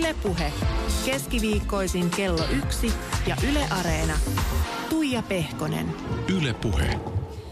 Yle Puhe. Keskiviikkoisin kello 1 ja Yle Areena. Tuija Pehkonen. Yle Puhe.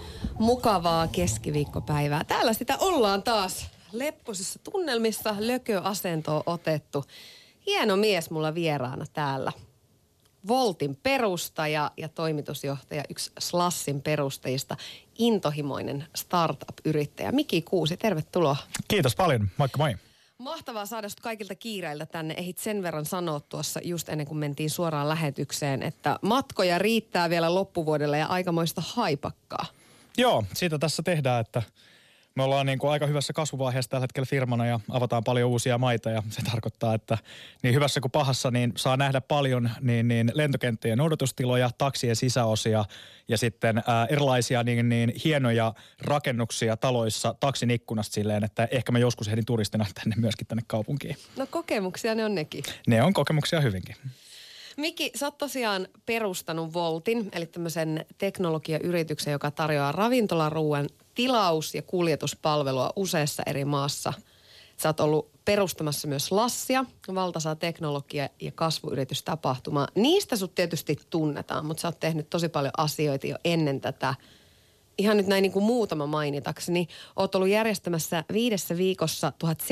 Mukavaa keskiviikkopäivää. Täällä sitä ollaan taas lepposissa tunnelmissa, lököasentoon otettu. Hieno mies mulla vieraana täällä. Voltin perustaja ja toimitusjohtaja, yksi Slassin perustajista, intohimoinen startup-yrittäjä. Miki Kuusi, tervetuloa. Kiitos paljon, moikka moi. Mahtavaa saada sut kaikilta kiireiltä tänne. Ehit sen verran sanoa tuossa just ennen kuin mentiin suoraan lähetykseen, että matkoja riittää vielä loppuvuodelle ja aikamoista haipakkaa. Joo, siitä tässä tehdään, että me ollaan niin kuin aika hyvässä kasvuvaiheessa tällä hetkellä firmana ja avataan paljon uusia maita ja se tarkoittaa, että niin hyvässä kuin pahassa niin saa nähdä paljon niin lentokenttien odotustiloja, taksien sisäosia ja sitten erilaisia niin hienoja rakennuksia taloissa taksin ikkunasta silleen, että ehkä mä joskus ehdin turistina myöskin tänne kaupunkiin. No kokemuksia ne on nekin. Ne on kokemuksia hyvinkin. Miki, sä oot tosiaan perustanut Voltin, eli tämmöisen teknologiayrityksen, joka tarjoaa ravintolaruuan tilaus- ja kuljetuspalvelua useassa eri maassa. Sä oot ollut perustamassa myös Slassia, valtaisaa teknologia- ja kasvuyritystapahtumaa. Niistä sut tietysti tunnetaan, mutta sä oot tehnyt tosi paljon asioita jo ennen tätä. Ihan nyt näin niin kuin muutama mainitakseni. Oot ollut järjestämässä 5 viikossa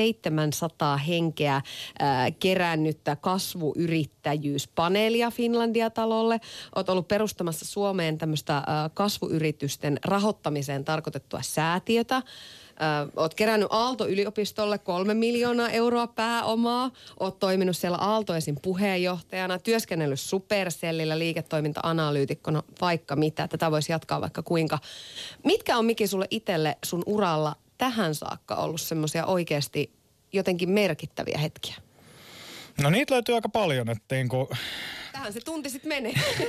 1700 henkeä kerännyttä kasvuyrittäjyyspaneelia Finlandia-talolle. Oot ollut perustamassa Suomeen tämmöistä kasvuyritysten rahoittamiseen tarkoitettua säätiötä. Oot kerännyt Aalto-yliopistolle 3 miljoonaa euroa pääomaa. Oot toiminut siellä Aaltoisin puheenjohtajana, työskennellyt Supercellillä liiketoiminta-analyytikkona, vaikka mitä. Tätä voisi jatkaa vaikka kuinka. Mitkä on, Miki, sulle itselle sun uralla tähän saakka ollut semmoisia oikeasti jotenkin merkittäviä hetkiä? No niitä löytyy aika paljon, että Tähän se tunti sitten menee.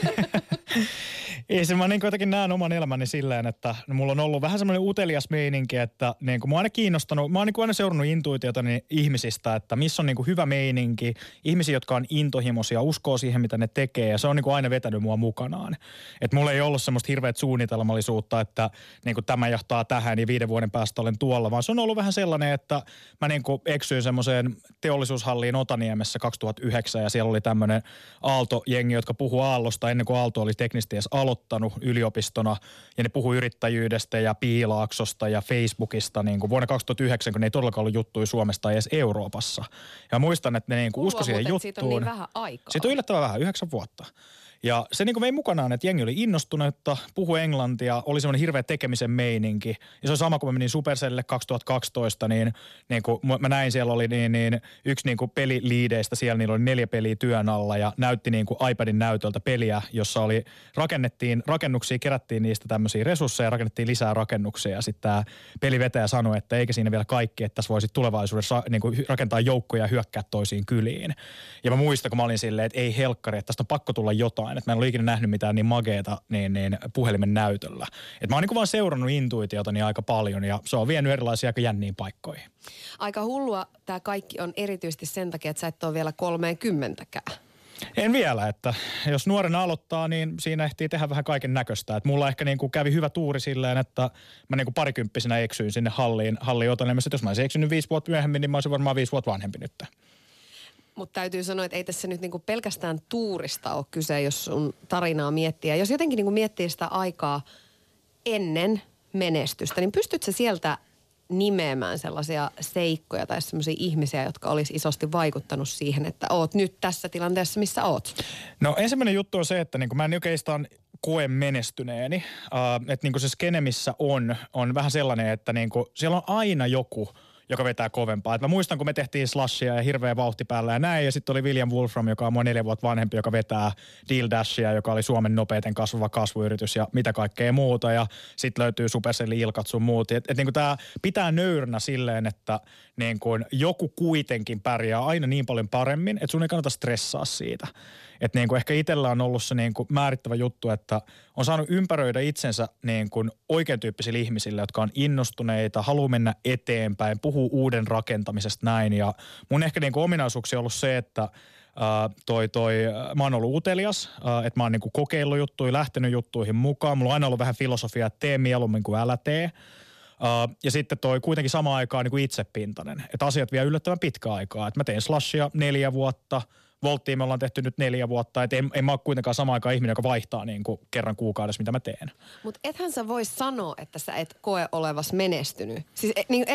Ei se, mä jotenkin näen oman elämäni silleen, että mulla on ollut vähän semmoinen utelias meininki, että mä oon aina kiinnostanut, mä oon aina seurannut intuitiotani ihmisistä, että missä on hyvä meininki, ihmisiä, jotka on intohimoisia, uskoo siihen, mitä ne tekee, ja se on aina vetänyt mua mukanaan. Että mulla ei ollut semmoista hirveät suunnitelmallisuutta, että tämä johtaa tähän ja 5 vuoden päästä olen tuolla, vaan se on ollut vähän sellainen, että mä eksyin semmoiseen teollisuushalliin Otaniemessä 2009, ja siellä oli tämmöinen Aalto-jengi, jotka puhuu Aallosta ennen kuin Aalto oli teknisesti edes aloittanut yliopistona, ja ne puhui yrittäjyydestä ja Piilaaksosta ja Facebookista vuonna 2009, kun ne ei todellakaan ollut juttuja Suomesta tai edes Euroopassa. Ja muistan, että ne uskoi siihen juttuun. Siitä on niin vähän aikaa. Siitä on yllättävän vähän, 9 vuotta. Ja se vei mukanaan, että jengi oli innostunutta, puhui englantia, oli semmoinen hirveä tekemisen meininki. Ja se on sama, kun mä menin Supercellille 2012, niin kun mä näin, siellä oli yksi peliliideistä, siellä niillä oli 4 peliä työn alla ja näytti iPadin näytöltä peliä, jossa oli rakennettiin rakennuksia, kerättiin niistä tämmöisiä resursseja, rakennettiin lisää rakennuksia ja sitten tämä pelivetäjä sanoi, että eikä siinä vielä kaikki, että tässä voisi tulevaisuudessa rakentaa joukkoja ja hyökkää toisiin kyliin. Ja mä muistan, kun mä olin silleen, että ei helkkari, että tästä on pakko tulla jotain. Että mä en ole ikinä nähnyt mitään niin mageeta puhelimen näytöllä. Että mä oon vaan seurannut intuitiotani aika paljon ja se on vienyt erilaisia aika jänniin paikkoihin. Aika hullua tämä kaikki on erityisesti sen takia, että sä et ole vielä 30-kään. En vielä, että jos nuorena aloittaa, niin siinä ehtii tehdä vähän kaiken näköistä. Että mulla ehkä kävi hyvä tuuri silleen, että mä parikymppisenä eksyin sinne halliin Otaniemessä. Jos mä olisin eksynyt 5 vuotta myöhemmin, niin mä olisin varmaan 5 vuotta vanhempi nyt. Mutta täytyy sanoa, että ei tässä nyt pelkästään tuurista ole kyse, jos sun tarinaa miettiä. Jos jotenkin miettii sitä aikaa ennen menestystä, niin pystytkö sieltä nimeämään sellaisia seikkoja tai sellaisia ihmisiä, jotka olisi isosti vaikuttanut siihen, että oot nyt tässä tilanteessa, missä oot? No ensimmäinen juttu on se, että mä en oikeastaan koe menestyneeni. Että se skene, missä on vähän sellainen, että siellä on aina joku, joka vetää kovempaa. Et mä muistan, kun me tehtiin Slashia ja hirveä vauhti päällä ja näin, ja sitten oli William Wolfram, joka on mua 4 vuotta vanhempi, joka vetää Deal Dashia, joka oli Suomen nopeiten kasvava kasvuyritys ja mitä kaikkea muuta, ja sitten löytyy Supercellin Ilkat sun muut. Tää pitää nöyränä silleen, että joku kuitenkin pärjää aina niin paljon paremmin, että sun ei kannata stressaa siitä. Että ehkä itsellä on ollut se määrittävä juttu, että on saanut ympäröidä itsensä oikein tyyppisille ihmisille, jotka on innostuneita, haluaa mennä eteenpäin, puhuu uuden rakentamisesta näin. Ja mun ehkä ominaisuuksia on ollut se, että mä oon ollut utelias, että mä oon kokeillut juttuja, lähtenyt juttuihin mukaan. Mulla on aina ollut vähän filosofia, että tee mieluummin kuin älä tee. Ja sitten toi kuitenkin samaan aikaan niin kuin itsepintainen, että asiat vie yllättävän pitkä aikaa. Että mä tein slashia 4 vuotta, Volttiin me ollaan tehty nyt 4 vuotta, että en mä ole kuitenkaan samaan aikaan ihminen, joka vaihtaa niin kuin kerran kuukaudessa, mitä mä teen. Mutta ethän sä voi sanoa, että sä et koe olevas menestynyt. Siis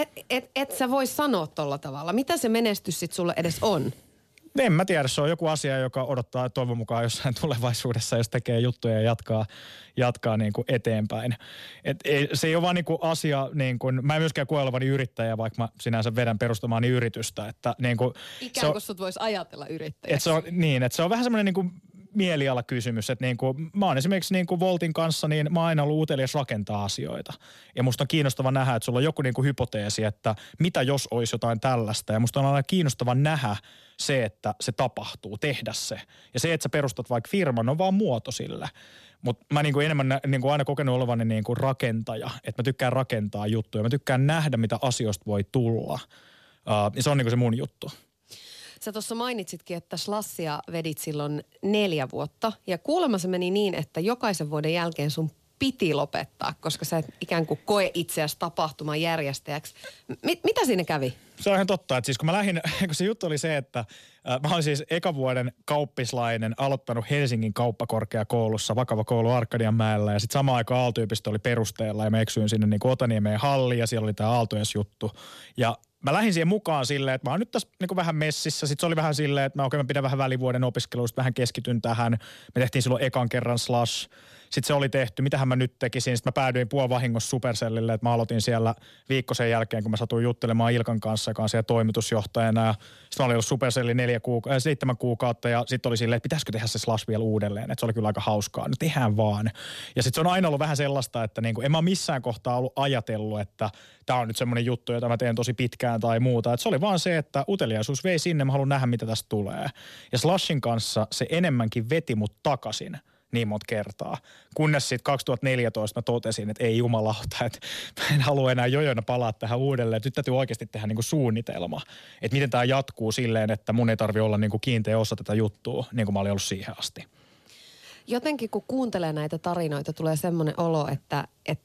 et sä voi sanoa tolla tavalla. Mitä se menestys sit sulle edes on? En mä tiedä, se on joku asia, joka odottaa toivon mukaan jossain tulevaisuudessa, jos tekee juttuja ja jatkaa niin kuin eteenpäin. Se ei ole vaan niin kuin asia, niin kuin, mä en myöskään koe olevani yrittäjä, vaikka mä sinänsä vedän perustamaani yritystä. Että niin kuin, ikään kuin sut voisi ajatella yrittäjäksi. Että se on vähän semmoinen niin kuin mielialakysymys, että niin kuin, mä oon esimerkiksi niin kuin Voltin kanssa, niin mä oon aina ollut utelias rakentaa asioita. Ja musta on kiinnostava nähdä, että sulla on joku niin kuin hypoteesi, että mitä jos olisi jotain tällaista. Ja musta on aina kiinnostava nähdä se, että se tapahtuu, tehdä se. Ja se, että sä perustat vaikka firman, on vaan muoto sillä. Mutta mä niin kuin enemmän niin kuin aina kokenut olevani niin kuin rakentaja, että mä tykkään rakentaa juttuja. Mä tykkään nähdä, mitä asioista voi tulla. Ja se on niin kuin se mun juttu. Sä tuossa mainitsitkin, että slassia vedit silloin 4 vuotta. Ja kuulemma se meni niin, että jokaisen vuoden jälkeen sun piti lopettaa, koska sä et ikään kuin koe itseäsi tapahtuman järjestäjäksi. Mitä siinä kävi? Se on ihan totta, että siis kun mä lähdin, kun se juttu oli se, että mä olin siis ekan vuoden kauppislainen, aloittanut Helsingin kauppakorkeakoulussa, vakava koulu Arkadianmäellä, ja sitten samaan aikaan Aalto-yliopisto oli perusteella, ja mä eksyin sinne niin kuin Otaniemeen halliin, ja siellä oli tämä Aalto-juttu. Ja mä lähdin siihen mukaan silleen, että mä oon nyt tässä niin kuin vähän messissä. Sitten se oli vähän silleen, että mä pidän vähän välivuoden opiskelusta, vähän keskityn tähän. Me tehtiin silloin ekan kerran Slash. Sitten se oli tehty, mitähän mä nyt tekisin. Sitten mä päädyin puolivahingossa Supercellille, että mä aloitin siellä viikko sen jälkeen, kun mä satuin juttelemaan Ilkan kanssa, joka on siellä toimitusjohtajana. Ja sitten mä olin ollut Supercellin 7 kuukautta ja sitten oli silleen, että pitäisikö tehdä se Slash vielä uudelleen. Että se oli kyllä aika hauskaa. No tehdään vaan. Ja sitten se on aina ollut vähän sellaista, että niinku, en mä missään kohtaa ollut ajatellut, että tämä on nyt semmoinen juttu, jota mä teen tosi pitkään tai muuta. Että se oli vaan se, että uteliaisuus vei sinne, mä haluan nähdä, mitä tästä tulee. Ja Slashin kanssa se enemmänkin veti mut takaisin niin monta kertaa. Kunnes sitten 2014 mä totesin, että ei jumalauta, että mä en halua enää jojona palaa tähän uudelleen. Nyt täytyy oikeasti tehdä niinku suunnitelma, että miten tämä jatkuu silleen, että mun ei tarvitse olla niinku kiinteä osa tätä juttua, niin kuin mä olin ollut siihen asti. Jotenkin kun kuuntelee näitä tarinoita, tulee semmoinen olo, että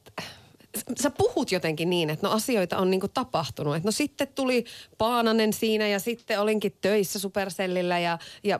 sä puhut jotenkin niin, että no asioita on niinku tapahtunut. Että no sitten tuli Paananen siinä ja sitten olinkin töissä Supercellillä ja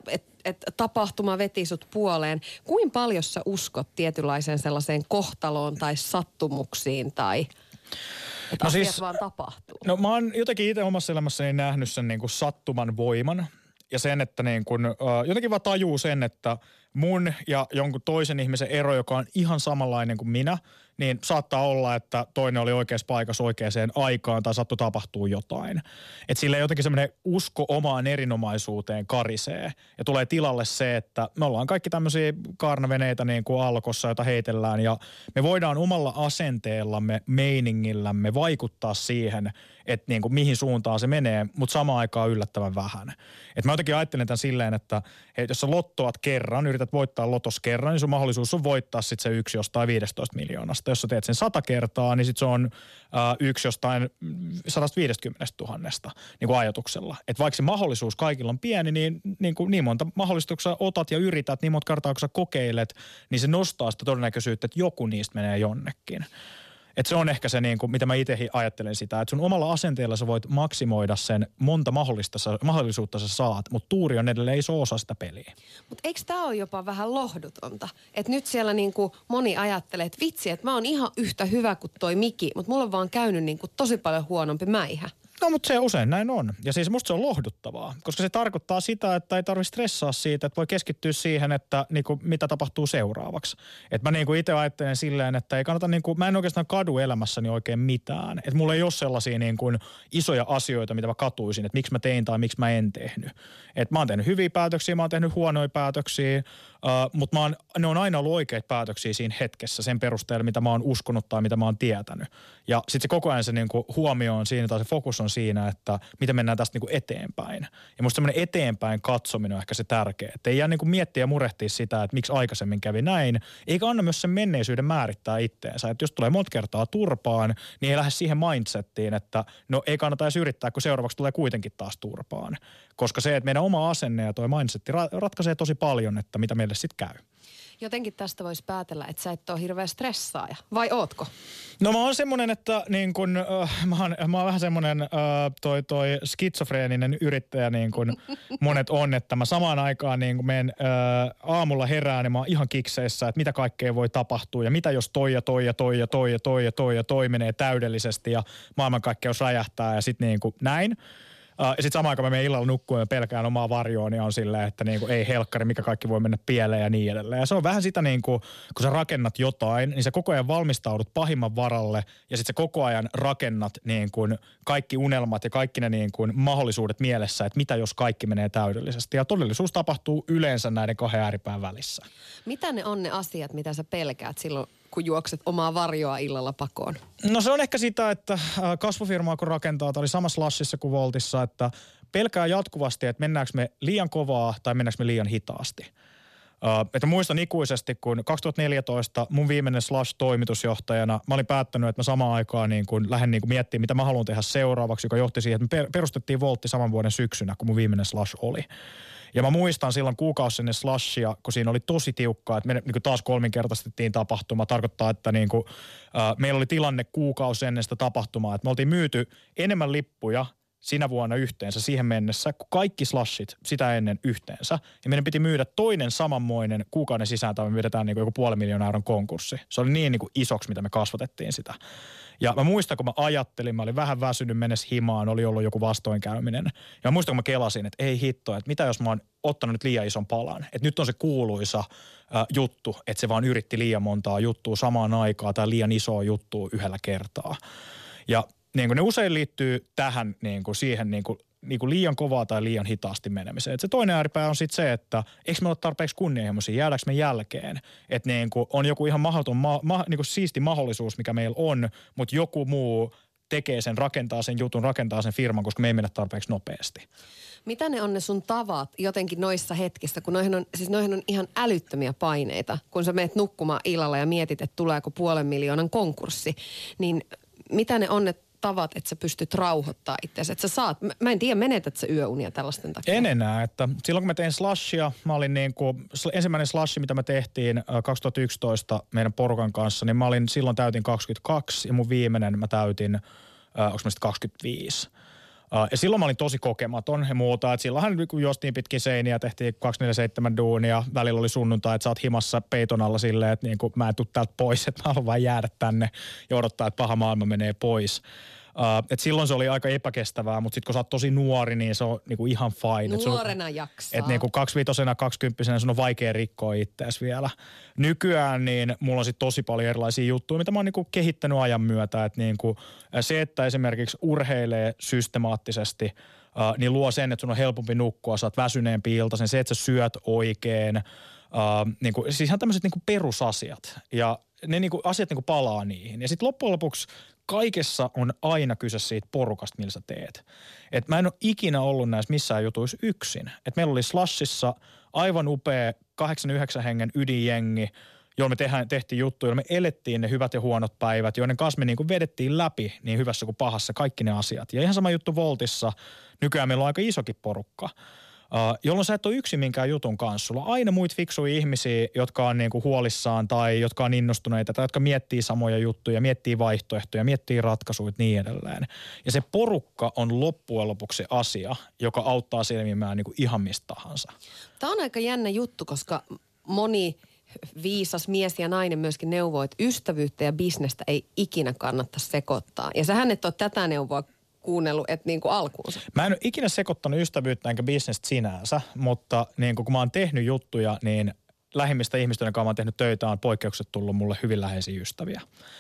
tapahtuma veti sut puoleen. Kuinka paljon sä uskot tietynlaiseen sellaiseen kohtaloon tai sattumuksiin tai että asiat siis, vaan tapahtuu? No mä oon jotenkin itse omassa elämässäni nähnyt sen niinku sattuman voiman ja sen, että niin kun, jotenkin vaan tajuu sen, että mun ja jonkun toisen ihmisen ero, joka on ihan samanlainen kuin minä, niin saattaa olla, että toinen oli oikeassa paikassa oikeaan aikaan tai sattui tapahtuu jotain. Että sillä jotenkin semmoinen usko omaan erinomaisuuteen karisee ja tulee tilalle se, että me ollaan kaikki tämmöisiä kaarnaveneitä niin kuin alkossa, joita heitellään ja me voidaan omalla asenteellamme, meiningillämme vaikuttaa siihen, että niin kuin mihin suuntaan se menee, mutta samaan aikaan yllättävän vähän. Että mä jotenkin ajattelen tämän silleen, että jos sä lottoat kerran, yrität voittaa lotos kerran, niin sun mahdollisuus on voittaa sitten se 1 jostain 15 miljoonasta. Jos sä teet sen 100 kertaa, niin sitten se on 1 jostain 150 000 niin kuin ajatuksella. Että vaikka se mahdollisuus kaikilla on pieni, niin monta mahdollisuuksia otat ja yrität, niin monta kertaa kun sä kokeilet, niin se nostaa sitä todennäköisyyttä, että joku niistä menee jonnekin. Että se on ehkä se, niin kuin, mitä mä itse ajattelen sitä, että sun omalla asenteella sä voit maksimoida sen monta mahdollisuutta sä saat, mutta tuuri on edelleen iso osa sitä peliä. Mutta eikö tämä ole jopa vähän lohdutonta? Että nyt siellä niin kuin moni ajattelee, että vitsi, että mä oon ihan yhtä hyvä kuin toi Miki, mutta mulla on vaan käynyt niin kuin tosi paljon huonompi mäihä. No, mutta se usein näin on. Ja siis musta se on lohduttavaa, koska se tarkoittaa sitä, että ei tarvitse stressaa siitä, että voi keskittyä siihen, että niinku, mitä tapahtuu seuraavaksi. Että mä niinku itse ajattelen silleen, että ei kannata niinku, mä en oikeastaan kadu elämässäni oikein mitään. Että mulla ei ole sellaisia niinku isoja asioita, mitä mä katuisin, että miksi mä tein tai miksi mä en tehnyt. Että mä oon tehnyt hyviä päätöksiä, mä oon tehnyt huonoja päätöksiä, mutta ne on aina ollut oikeita päätöksiä siinä hetkessä sen perusteella, mitä mä oon uskonut tai mitä mä oon tietänyt. Ja sitten se koko ajan se niinku huomio on siinä tai se fokus on siinä, että miten mennään tästä niinku eteenpäin. Ja musta semmoinen eteenpäin katsominen on ehkä se tärkeä. Että ei jää niinku miettiä ja murehtia sitä, että miksi aikaisemmin kävi näin. Eikä anna myös sen menneisyyden määrittää itteensä. Että jos tulee monta kertaa turpaan, niin ei lähde siihen mindsettiin, että no ei kannata edes yrittää, kun seuraavaksi tulee kuitenkin taas turpaan. Koska se, että meidän oma asenne ja toi mindsetti ratkaisee tosi paljon, että mitä meille sitten käy. Jotenkin tästä voisi päätellä, että sä et ole hirveä stressaaja. Vai ootko? No mä oon semmonen, että niin kun, mä oon vähän semmonen toi skitsofreeninen yrittäjä, niin kuin monet on, että mä samaan aikaan niin kun menen aamulla herään ja mä oon ihan kikseissä, että mitä kaikkea voi tapahtua ja mitä jos toi toi menee täydellisesti ja maailmankaikkeus räjähtää ja sit niin kuin näin. Ja sitten samaan aikaan mä menen illalla nukkuun ja pelkään omaa varjoon, niin on silleen, että niinku, ei helkkari, mikä kaikki voi mennä pieleen ja niin edelleen. Ja se on vähän sitä niinku, kun sä rakennat jotain, niin sä koko ajan valmistaudut pahimman varalle ja sitten sä koko ajan rakennat niinku kaikki unelmat ja kaikki ne niinku mahdollisuudet mielessä, että mitä jos kaikki menee täydellisesti. Ja todellisuus tapahtuu yleensä näiden kahden ääripään välissä. Mitä ne on ne asiat, mitä sä pelkäät silloin, kun juokset omaa varjoa illalla pakoon? No se on ehkä sitä, että kasvufirmaa kun rakentaa, tämä oli sama Slashissa kuin Voltissa, että pelkää jatkuvasti, että mennäänkö me liian kovaa tai mennäänkö me liian hitaasti. Että muistan ikuisesti, kun 2014 mun viimeinen Slash-toimitusjohtajana, mä olin päättänyt, että mä samaan aikaan niin kun lähden niin kun miettimään, mitä mä haluan tehdä seuraavaksi, joka johti siihen, että me perustettiin Voltti saman vuoden syksynä, kun mun viimeinen Slash oli. Ja mä muistan silloin kuukausi ennen Slashia, kun siinä oli tosi tiukkaa, että me niin taas kolminkertaistettiin tapahtuma. Tarkoittaa, että niin kuin, meillä oli tilanne kuukausi ennen sitä tapahtumaa, että me oltiin myyty enemmän lippuja sinä vuonna yhteensä siihen mennessä, kuin kaikki Slashit sitä ennen yhteensä. Ja meidän piti myydä toinen samanmoinen kuukauden sisään, tai me myydetään niin kuin joku 500 000 euron konkurssi. Se oli niin kuin isoksi, mitä me kasvatettiin sitä. Ja mä muistan, kun mä ajattelin, mä olin vähän väsynyt mennessä himaan, oli ollut joku vastoinkäyminen. Ja mä muistan, kun mä kelasin, että ei hitto, että mitä jos mä oon ottanut nyt liian ison palan. Että nyt on se kuuluisa juttu, että se vaan yritti liian montaa juttua samaan aikaan tai liian isoa juttua yhdellä kertaa. Ja niin kuin ne usein liittyy tähän niin kuin siihen niin kuin liian kovaa tai liian hitaasti menemiseen. Et se toinen ääripää on sitten se, että eikö me ole tarpeeksi kunnianhimoisia, jäädäänkö me jälkeen. Että niin kuin on joku ihan mahdoton, niin kuin siisti mahdollisuus, mikä meillä on, mutta joku muu tekee sen, rakentaa sen jutun, rakentaa sen firman, koska me ei mennä tarpeeksi nopeasti. Mitä ne on ne sun tavat jotenkin noissa hetkissä, kun noihin on ihan älyttömiä paineita, kun sä menet nukkumaan illalla ja mietit, että tuleeko 500 000 konkurssi, niin mitä ne on ne tavat, että sä pystyt rauhoittaa itseäsi, että sä saat, mä en tiedä, menetät sä yöunia tällaisten takia? En enää, että silloin kun mä tein Slashia, mä olin niin kuin, ensimmäinen Slashi, mitä me tehtiin 2011 meidän porukan kanssa, niin mä olin silloin täytin 22 ja mun viimeinen mä täytin, onko mä sitten 25. Ja silloin mä olin tosi kokematon ja muuta, että silloinhan juostiin pitkin seiniä, tehtiin 247 duunia, välillä oli sunnuntai, että sä oot himassa peiton alla silleen, että niin kuin mä en tuu täältä pois, että mä haluan vaan jäädä tänne ja odottaa, että paha maailma menee pois. Et silloin se oli aika epäkestävää, mutta sitten kun sä oot tosi nuori, niin se on niinku ihan fine. Nuorena jaksaa. Että niinku 25-vuotiaana, 20-vuotiaana sun on vaikea rikkoa itseäsi vielä. Nykyään niin mulla on sitten tosi paljon erilaisia juttuja, mitä mä oon niinku kehittänyt ajan myötä. Että niinku, se, että esimerkiksi urheilee systemaattisesti, niin luo sen, että sun on helpompi nukkua, sä oot väsyneempi iltaisen. Se, että sä syöt oikein. Niinku, siis ihan tämmöiset niinku perusasiat. Ja ne niinku, asiat niinku palaa niihin. Ja sitten loppujen lopuksi kaikessa on aina kyse siitä porukasta, millä sä teet. Et mä en ole ikinä ollut näissä missään jutuissa yksin. Et meillä oli Slashissa aivan upea 8-9 hengen ydinjengi, jolla me tehtiin juttuja, joilla me elettiin ne hyvät ja huonot päivät, joiden kanssa me niinku vedettiin läpi niin hyvässä kuin pahassa kaikki ne asiat. Ja ihan sama juttu Voltissa. Nykyään meillä on aika isokin porukka. Jolloin sä et ole yksin minkään jutun kanssa. Sulla on aina muita fiksuja ihmisiä, jotka on niinku huolissaan tai jotka on innostuneita tai jotka miettii samoja juttuja, miettii vaihtoehtoja, miettii ratkaisuja niin edelleen. Ja se porukka on loppujen lopuksi se asia, joka auttaa selviämään niinku ihan mistä tahansa. Tämä on aika jännä juttu, koska moni viisas mies ja nainen myöskin neuvoo, että ystävyyttä ja bisnestä ei ikinä kannata sekoittaa. Ja sähän et ole tätä neuvoa kuunnellut, että niin kuin alkuunsa. Mä en ole ikinä sekoittanut ystävyyttä enkä bisnestä sinänsä, mutta niin kun mä oon tehnyt juttuja, niin lähimmistä ihmistä, joiden kanssa mä oon tehnyt töitä, on poikkeukset tullut mulle hyvin läheisiä ystäviä.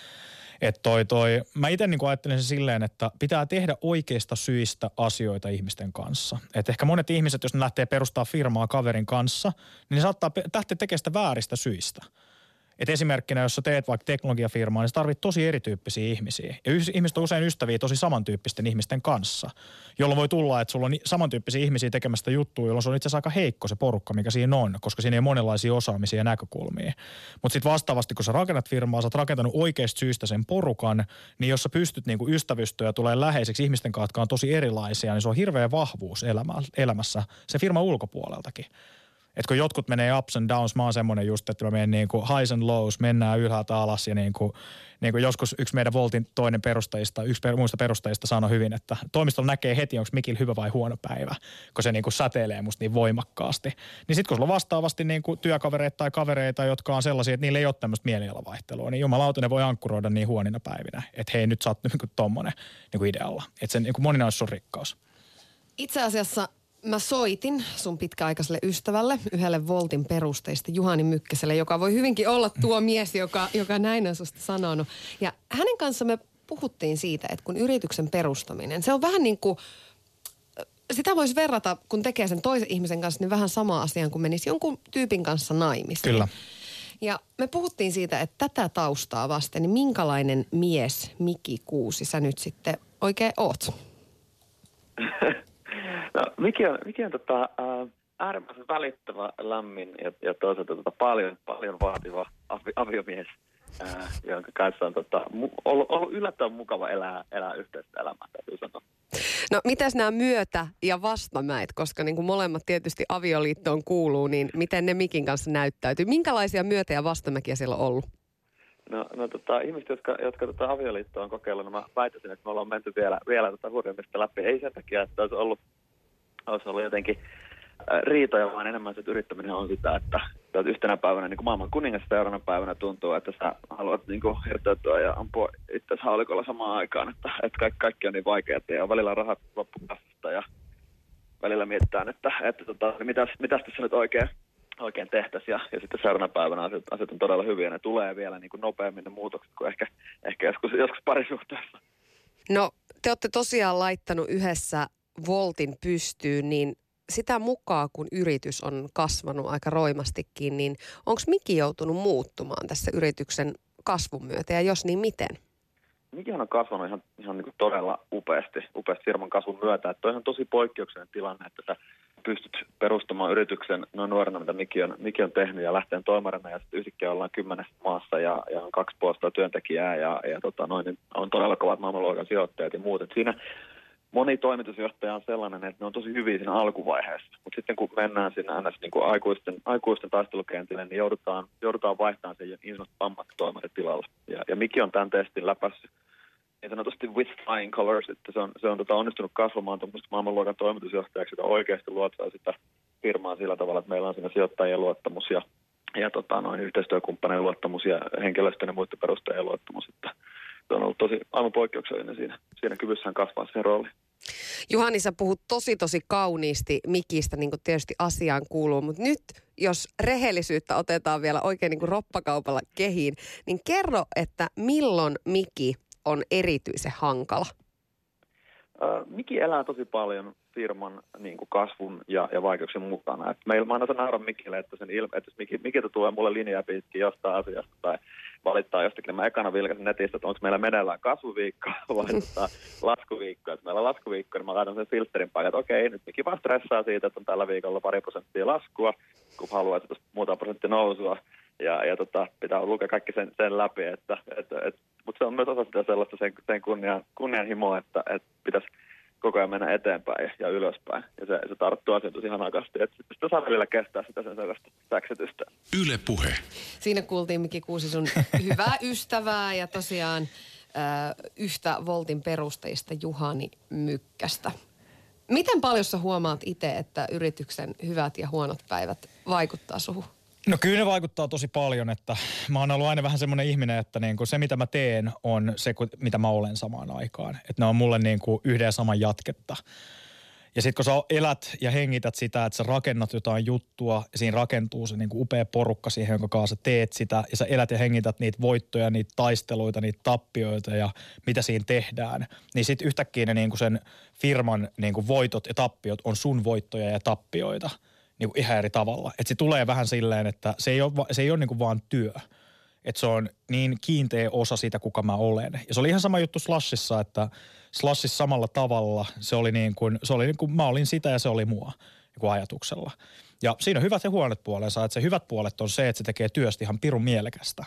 Että mä itse niin ajattelin sen silleen, että pitää tehdä oikeista syistä asioita ihmisten kanssa. Että ehkä monet ihmiset, jos ne lähtee perustaa firmaa kaverin kanssa, niin ne saattaa lähteä tekemään sitä vääristä syistä. Et esimerkkinä, jos sä teet vaikka teknologiafirmaa, niin sä tarvit tosi erityyppisiä ihmisiä. Ja ihmiset on usein ystäviä tosi samantyyppisten ihmisten kanssa, jolloin voi tulla, että sulla on samantyyppisiä ihmisiä tekemästä juttuja, jolloin se on itse asiassa aika heikko se porukka, mikä siinä on, koska siinä ei ole monenlaisia osaamisia ja näkökulmia. Mutta sitten vastaavasti, kun sä rakennat firmaa, sä oot rakentanut oikeasta syystä sen porukan, niin jos sä pystyt niinku ystävystyä ja tulee läheiseksi ihmisten kanssa, jotka on tosi erilaisia, niin se on hirveä vahvuus elämässä, se firman ulkopuoleltakin. Että kun jotkut menee ups and downs, mä oon semmoinen just, että mä menen niin kuin highs and lows, mennään ylhäältä alas ja niin kuin joskus yksi meidän Voltin toinen perustajista, muista perustajista sanoi hyvin, että toimistolla näkee heti, onko Mikillä hyvä vai huono päivä, kun se niin kuin säteilee musta niin voimakkaasti. Niin sit kun sulla on vastaavasti niin kuin työkavereita tai kavereita, jotka on sellaisia, että niillä ei ole tämmöistä mielialavaihtelua, niin jumalauta ne voi ankkuroida niin huonina päivinä, että hei nyt sä oot niin kuin tommonen niin kuin idealla. Että se niin kuin moninaisuus on rikkaus. Itse asiassa mä soitin sun pitkäaikaiselle ystävälle, yhdelle Voltin perusteista, Juhani Mykkäselle, joka voi hyvinkin olla tuo mies, joka näin on susta sanonut. Ja hänen kanssa me puhuttiin siitä, että kun yrityksen perustaminen, se on vähän niin kuin, sitä voisi verrata, kun tekee sen toisen ihmisen kanssa, niin vähän sama asiaan, kun menisi jonkun tyypin kanssa naimisiin. Kyllä. Ja me puhuttiin siitä, että tätä taustaa vasten, niin minkälainen mies Miki Kuusi sä nyt sitten oikein oot? No, Miki on äärimmäisen välittävä, lämmin ja toisaalta paljon vaativa aviomies, jonka kanssa on ollut yllättävän mukava elää yhteistä elämää, täytyy sanoa. No mitäs nämä myötä- ja vastamäet, koska niin kuin molemmat tietysti avioliittoon kuuluu, niin miten ne Mikin kanssa näyttäytyy? Minkälaisia myötä- ja vastamäkiä siellä on ollut? No ihmiset, jotka avioliittoa on kokeillut, no mä väittäisin, että me ollaan menty vielä hurjemmista läpi. Ei sen takia, että olisi ollut jotenkin riitoja, vaan enemmän se, että yrittäminen on sitä, että yhtenä päivänä niin kuin maailman kuningas, seuraavana päivänä tuntuu, että sä haluat niin kuin hirteytyä ja ampua itse haulikolla samaan aikaan, että kaikki on niin vaikeaa ja välillä on rahat loppukassasta ja välillä mietitään, että mitäs tässä nyt oikein tehtäisiin ja sitten seuraavana päivänä asiat on todella hyviä ja ne tulee vielä niin kuin nopeammin ne muutokset kuin ehkä joskus parisuhteessa. No te olette tosiaan laittanut yhdessä Voltin pystyyn, niin sitä mukaan kun yritys on kasvanut aika roimastikin, niin onko Miki joutunut muuttumaan tässä yrityksen kasvun myötä ja jos niin miten? Mikihän on kasvanut ihan niin kuin todella upeasti firman kasvun myötä. Että on tosi poikkeuksellinen tilanne, että sä pystyt perustamaan yrityksen noin nuorena, mitä Miki on tehnyt ja lähteen toimarina ja sitten yhtäkkiä ollaan 10 maassa ja on 2,5 työntekijää ja niin on todella kovat maailmanluokan sijoittajat ja muut. Et siinä moni toimitusjohtaja on sellainen, että ne on tosi hyviä siinä alkuvaiheessa, mutta sitten kun mennään sinne niin kuin aikuisten taistelukentille, niin joudutaan vaihtamaan sen niin sanottu ammattitoimarin tilalla. Ja Miki on tämän testin läpässyt niin sanotusti with flying colors, että se on onnistunut kasvamaan tuommoista maailmanluokan toimitusjohtajaksi, joka oikeasti luottaa sitä firmaa sillä tavalla, että meillä on siinä sijoittajien luottamus ja yhteistyökumppanien luottamus ja henkilöstön ja muiden perustajien luottamus, että se on ollut aivan poikkeuksellinen siinä kyvyssään kasvaa sen rooliin. Juhani, sä puhut tosi kauniisti Mikistä, niin kuin tietysti asiaan kuuluu, mutta nyt jos rehellisyyttä otetaan vielä oikein niin kuin roppakaupalla kehiin, niin kerro, että milloin Miki on erityisen hankala? Miki elää tosi paljon firman niin kuin kasvun ja vaikeuksien mukana. Mä aina nauran Mikille, että jos Mikiltä tulee mulle linjaa pitkin jostain asiasta tai valittaa jostakin, niin mä ekana vilkaisen netistä, että onko meillä meneillään kasvuviikko vai laskuviikko. Jos meillä on laskuviikko, niin mä laitan sen filterin päälle, että okei, nyt Miki vaan stressaa siitä, että on tällä viikolla 2% laskua, kun haluaa sitä muutama prosentti nousua. Ja pitää lukea kaikki sen läpi, mutta se on myös osa sitä sellaista sen kunnianhimoa, että pitäisi koko ajan mennä eteenpäin ja ylöspäin. Ja se tarttuu asiaan tosi hanakasti, että sitä saa välillä kestää sitä sen sellaista säksetystä. Yle Puhe. Siinä kuultiin Miki Kuusi sun hyvää ystävää ja tosiaan yhtä Voltin perusteista Juhani Mykkästä. Miten paljon sä huomaat itse, että yrityksen hyvät ja huonot päivät vaikuttaa suhun? No kyllä ne vaikuttaa tosi paljon, että mä oon ollut aina vähän semmoinen ihminen, että niinku se mitä mä teen on se, mitä mä olen samaan aikaan. Että ne on mulle niinku yhden ja saman jatketta. Ja sit kun sä elät ja hengität sitä, että sä rakennat jotain juttua ja siinä rakentuu se niinku upea porukka siihen, jonka kanssa sä teet sitä. Ja sä elät ja hengität niitä voittoja, niitä taisteluita, niitä tappioita ja mitä siinä tehdään. Niin sit yhtäkkiä ne niinku sen firman niinku voitot ja tappiot on sun voittoja ja tappioita. Niin kuin ihan eri tavalla. Että se tulee vähän silleen, että se ei ole niin kuin vaan työ. Että se on niin kiinteä osa siitä, kuka mä olen. Ja se oli ihan sama juttu Slashissa, että Slashissa samalla tavalla se oli niin kuin mä olin sitä ja se oli mua niin kuin ajatuksella. Ja siinä on hyvät ja huonot puolensa. Että se hyvät puolet on se, että se tekee työstä ihan pirun mielekästä.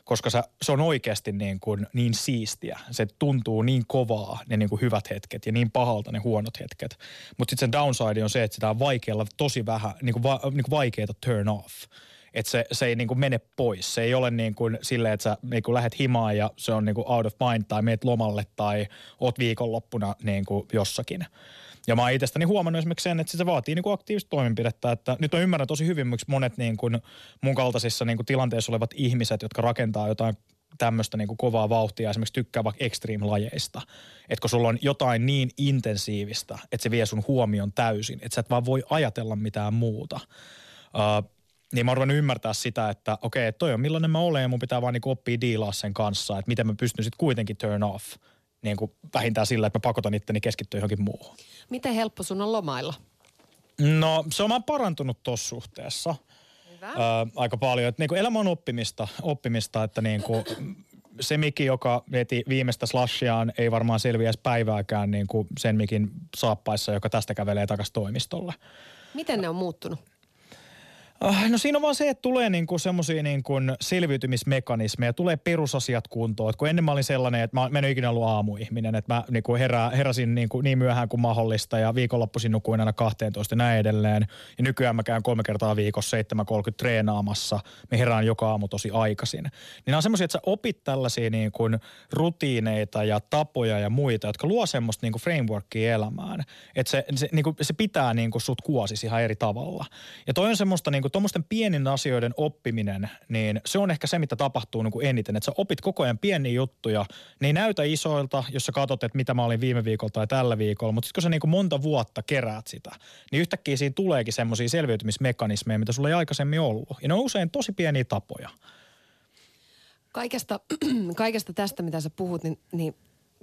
koska se on oikeasti niin siistiä. Se tuntuu niin kovaa ne niin kuin hyvät hetket ja niin pahalta ne huonot hetket. Mutta sitten sen downside on se, että sitä on vaikealla tosi vähän, niin kuin vaikeaa turn off. Että se ei niin kuin mene pois. Se ei ole niin kuin silleen, että sä niin kuin lähdet himaan ja se on niin kuin out of mind tai meet lomalle tai oot viikonloppuna niin kuin jossakin. Ja mä oon itsestäni huomannut esimerkiksi sen, että se vaatii niin kuin aktiivista toimenpidettä. Että nyt mä ymmärrän tosi hyvin, miksi monet niin kuin mun kaltaisissa niin kuin tilanteissa olevat ihmiset, jotka rakentaa jotain tämmöistä niin kuin kovaa vauhtia, esimerkiksi tykkää vaikka extreme-lajeista. Että kun sulla on jotain niin intensiivistä, että se vie sun huomion täysin, että sä et vaan voi ajatella mitään muuta. Niin mä oon ruvennut ymmärtää sitä, että okei, toi on millainen mä olen ja mun pitää vaan niin kuin oppia diilaa sen kanssa, että miten mä pystyn sitten kuitenkin turn off. Niin kuin vähintään sillä, että mä pakotan itteni keskittyä johonkin muuhun. Miten helppo sun on lomailla? No se on parantunut tuossa suhteessa. Hyvä. Aika paljon. Että niin kuin elämä on oppimista, että niin kuin se Miki, joka veti viimeistä slashiaan, ei varmaan selviä edes päivääkään niin kuin sen Mikin saappaissa, joka tästä kävelee takaisin toimistolle. Miten ne on muuttunut? No siinä on vaan se, että tulee niinku semmosia niinku selviytymismekanismeja, tulee perusasiat kuntoon. Et kun ennen mä olin sellainen, että mä en ole ikinä ollut aamuihminen, että mä niinku heräsin niinku niin myöhään kuin mahdollista ja viikonloppuisin nukuin aina 12 ja näin edelleen. Ja nykyään mä käyn 3 kertaa viikossa 7:30 treenaamassa. Me herään joka aamu tosi aikaisin. Niin nämä on semmosia, että sä opit tällaisia niinku rutiineita ja tapoja ja muita, jotka luo semmoista niinku frameworkia elämään. Että se pitää niinku sut kuosis ihan eri tavalla. Ja toi on semmoista niinku tuommoisten pienen asioiden oppiminen, niin se on ehkä se, mitä tapahtuu niin kuin eniten. Että sä opit koko ajan pieniä juttuja. Ne ei näytä isoilta, jos sä katsot, että mitä mä olin viime viikolla tai tällä viikolla. Mutta sitten kun sä niin kuin monta vuotta keräät sitä, niin yhtäkkiä siinä tuleekin semmoisia selviytymismekanismeja, mitä sulla ei aikaisemmin ollut. Ja ne on usein tosi pieniä tapoja. Kaikesta tästä, mitä sä puhut, niin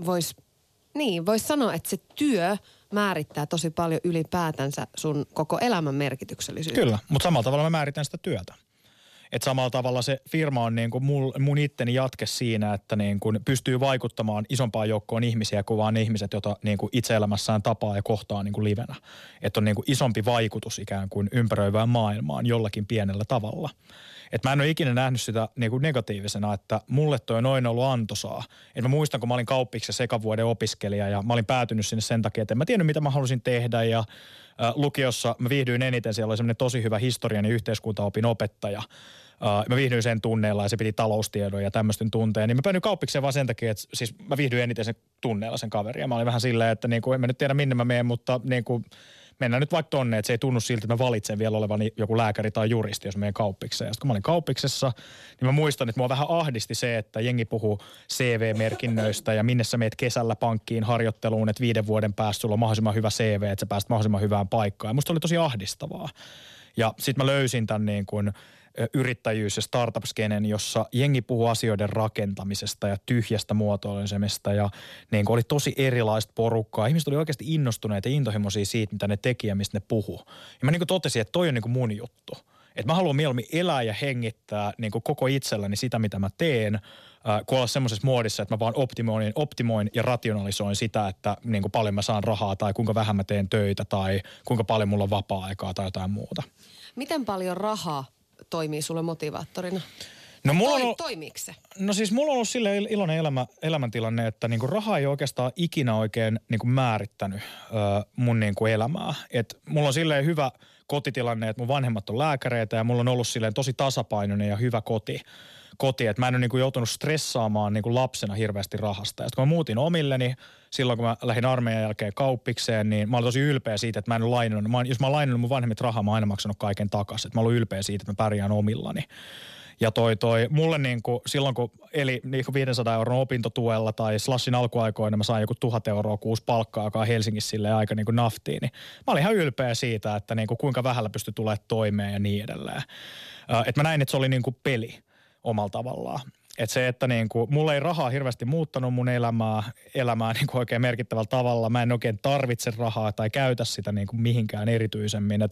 vois sanoa, että se työ määrittää tosi paljon ylipäätänsä sun koko elämän merkityksellisyyttä. Kyllä, mutta samalla tavalla mä määritän sitä työtä. Että samalla tavalla se firma on niin kuin mun itteni jatke siinä, että niin kuin pystyy vaikuttamaan isompaan joukkoon ihmisiä kuin vaan ihmiset, joita niin kuin itse elämässään tapaa ja kohtaa niin kuin livenä. Että on niin kuin isompi vaikutus ikään kuin ympäröivään maailmaan jollakin pienellä tavalla. Että mä en ole ikinä nähnyt sitä niin kuin negatiivisena, että mulle toi on noin ollut antoisaa. Että mä muistan, kun mä olin kauppiksessa ekavuoden opiskelija ja mä olin päätynyt sinne sen takia, että en mä tiennyt, mitä mä halusin tehdä. Ja lukiossa mä viihdyin eniten, siellä oli semmoinen tosi hyvä historian ja yhteiskuntaopin opettaja. Mä viihdyin sen tunneilla ja se piti taloustiedon ja tämmöisten tunteen. Niin mä päädyin kauppikseen vaan sen takia, että siis mä viihdyin eniten sen tunneilla sen kaveria. Mä olin vähän silleen, että niin kuin, en mä nyt tiedä minne mä menen, mutta niin kuin mennään nyt vaikka tonne, että se ei tunnu siltä, että mä valitsen vielä olevani joku lääkäri tai juristi, jos menen kauppikseen. Ja sitten kun mä olin kauppiksessa, niin mä muistan, että mua vähän ahdisti se, että jengi puhuu CV-merkinnöistä ja minne sä meet kesällä pankkiin harjoitteluun, että 5 vuoden päästä sulla on mahdollisimman hyvä CV, että sä pääset mahdollisimman hyvään paikkaan. Ja musta oli tosi ahdistavaa. Ja sitten mä löysin tämän niin kuin yrittäjyys- ja startup-skenen, jossa jengi puhuu asioiden rakentamisesta ja tyhjästä muotoilemisesta ja niin kuin oli tosi erilaista porukkaa. Ihmiset oli oikeasti innostuneita ja intohimoisia siitä, mitä ne teki ja mistä ne puhuu. Ja mä niin kuin totesin, että toi on niin kuin mun juttu. Että mä haluan mieluummin elää ja hengittää niin kuin koko itselläni sitä, mitä mä teen, kun olla semmoisessa muodissa, että mä vaan optimoin ja rationalisoin sitä, että niin kuin paljon mä saan rahaa tai kuinka vähän mä teen töitä tai kuinka paljon mulla on vapaa-aikaa tai jotain muuta. Miten paljon rahaa toimii sulle motivaattorina? No toimiiko se? No siis mulla on ollut silleen iloinen elämäntilanne, että niinku raha ei oikeastaan ikinä oikein niinku määrittänyt mun niinku elämää. Et mulla on silleen hyvä kotitilanne, että mun vanhemmat on lääkäreitä ja mulla on ollut silleen tosi tasapainoinen ja hyvä koti. Että mä en ole niinku joutunut stressaamaan niinku lapsena hirveästi rahasta. Ja kun mä muutin omilleni, silloin kun mä lähdin armeijan jälkeen kauppikseen, niin mä olin tosi ylpeä siitä, että mä en ole lainannut. Jos mä oon lainannut mun vanhemmit rahaa, mä oon aina maksanut kaiken takaisin. Että mä olin ylpeä siitä, että mä pärjään omillani. Ja mulle niinku, silloin kun eli niinku 500 € opintotuella tai Slashin alkuaikoina mä sain joku 1 000 € kuusi palkkaa, joka on Helsingissä silleen aika niinku naftiin, niin mä olin ihan ylpeä siitä, että niinku kuinka vähällä pystyi tulemaan toimeen ja niin edelleen. Että mä näin, että se oli niinku peli omalla tavallaan. Että se, että niinku, mulla ei rahaa hirveästi muuttanut mun elämää niinku oikein merkittävällä tavalla. Mä en oikein tarvitse rahaa tai käytä sitä niinku mihinkään erityisemmin.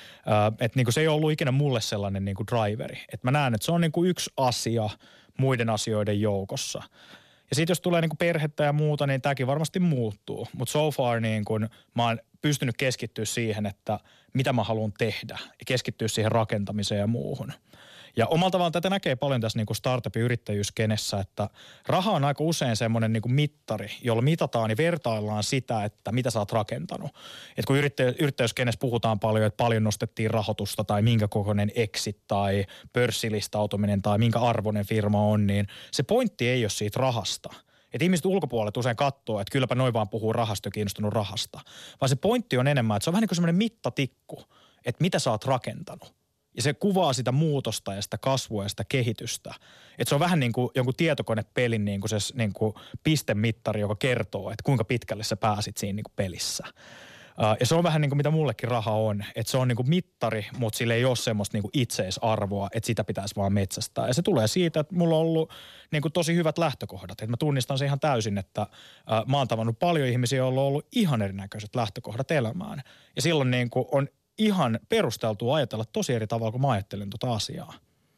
Että niinku se ei ollut ikinä mulle sellainen niinku driveri. Että mä näen, että se on niinku yksi asia muiden asioiden joukossa. Ja sitten jos tulee niinku perhettä ja muuta, niin tämäkin varmasti muuttuu. Mutta so far niin kun mä oon pystynyt keskittyä siihen, että mitä mä haluan tehdä ja keskittyä siihen rakentamiseen ja muuhun. Ja omalla tavallaan tätä näkee paljon tässä niin kuin startupin yrittäjyyskenessä, että raha on aika usein semmoinen niin kuin mittari, jolla mitataan ja vertaillaan sitä, että mitä sä oot rakentanut. Et kun yrittäjyyskenessä puhutaan paljon, että paljon nostettiin rahoitusta tai minkä kokoinen exit tai pörssilistautuminen tai minkä arvoinen firma on, niin se pointti ei ole siitä rahasta. Että ihmiset ulkopuolelta usein katsoo, että kylläpä noin vaan puhuu rahasta ja kiinnostunut rahasta. Vaan se pointti on enemmän, että se on vähän niin kuin semmoinen mittatikku, että mitä sä oot rakentanut. Ja se kuvaa sitä muutosta ja sitä kasvua ja sitä kehitystä. Että se on vähän niin kuin jonkun tietokonepelin niin kuin se niin kuin pistemittari, joka kertoo, että kuinka pitkälle sä pääsit siinä niin kuin pelissä. Ja se on vähän niin kuin mitä mullekin raha on. Että se on niin kuin mittari, mutta sillä ei ole semmoista niin kuin itseisarvoa, että sitä pitäisi vaan metsästää. Ja se tulee siitä, että mulla on ollut niin kuin tosi hyvät lähtökohdat. Että mä tunnistan sen ihan täysin, että mä oon tavannut paljon ihmisiä, joilla on ollut ihan erinäköiset lähtökohdat elämään. Ja silloin niin kuin on ihan perusteltua ajatella tosi eri tavalla, kun mä ajattelen tota asiaa.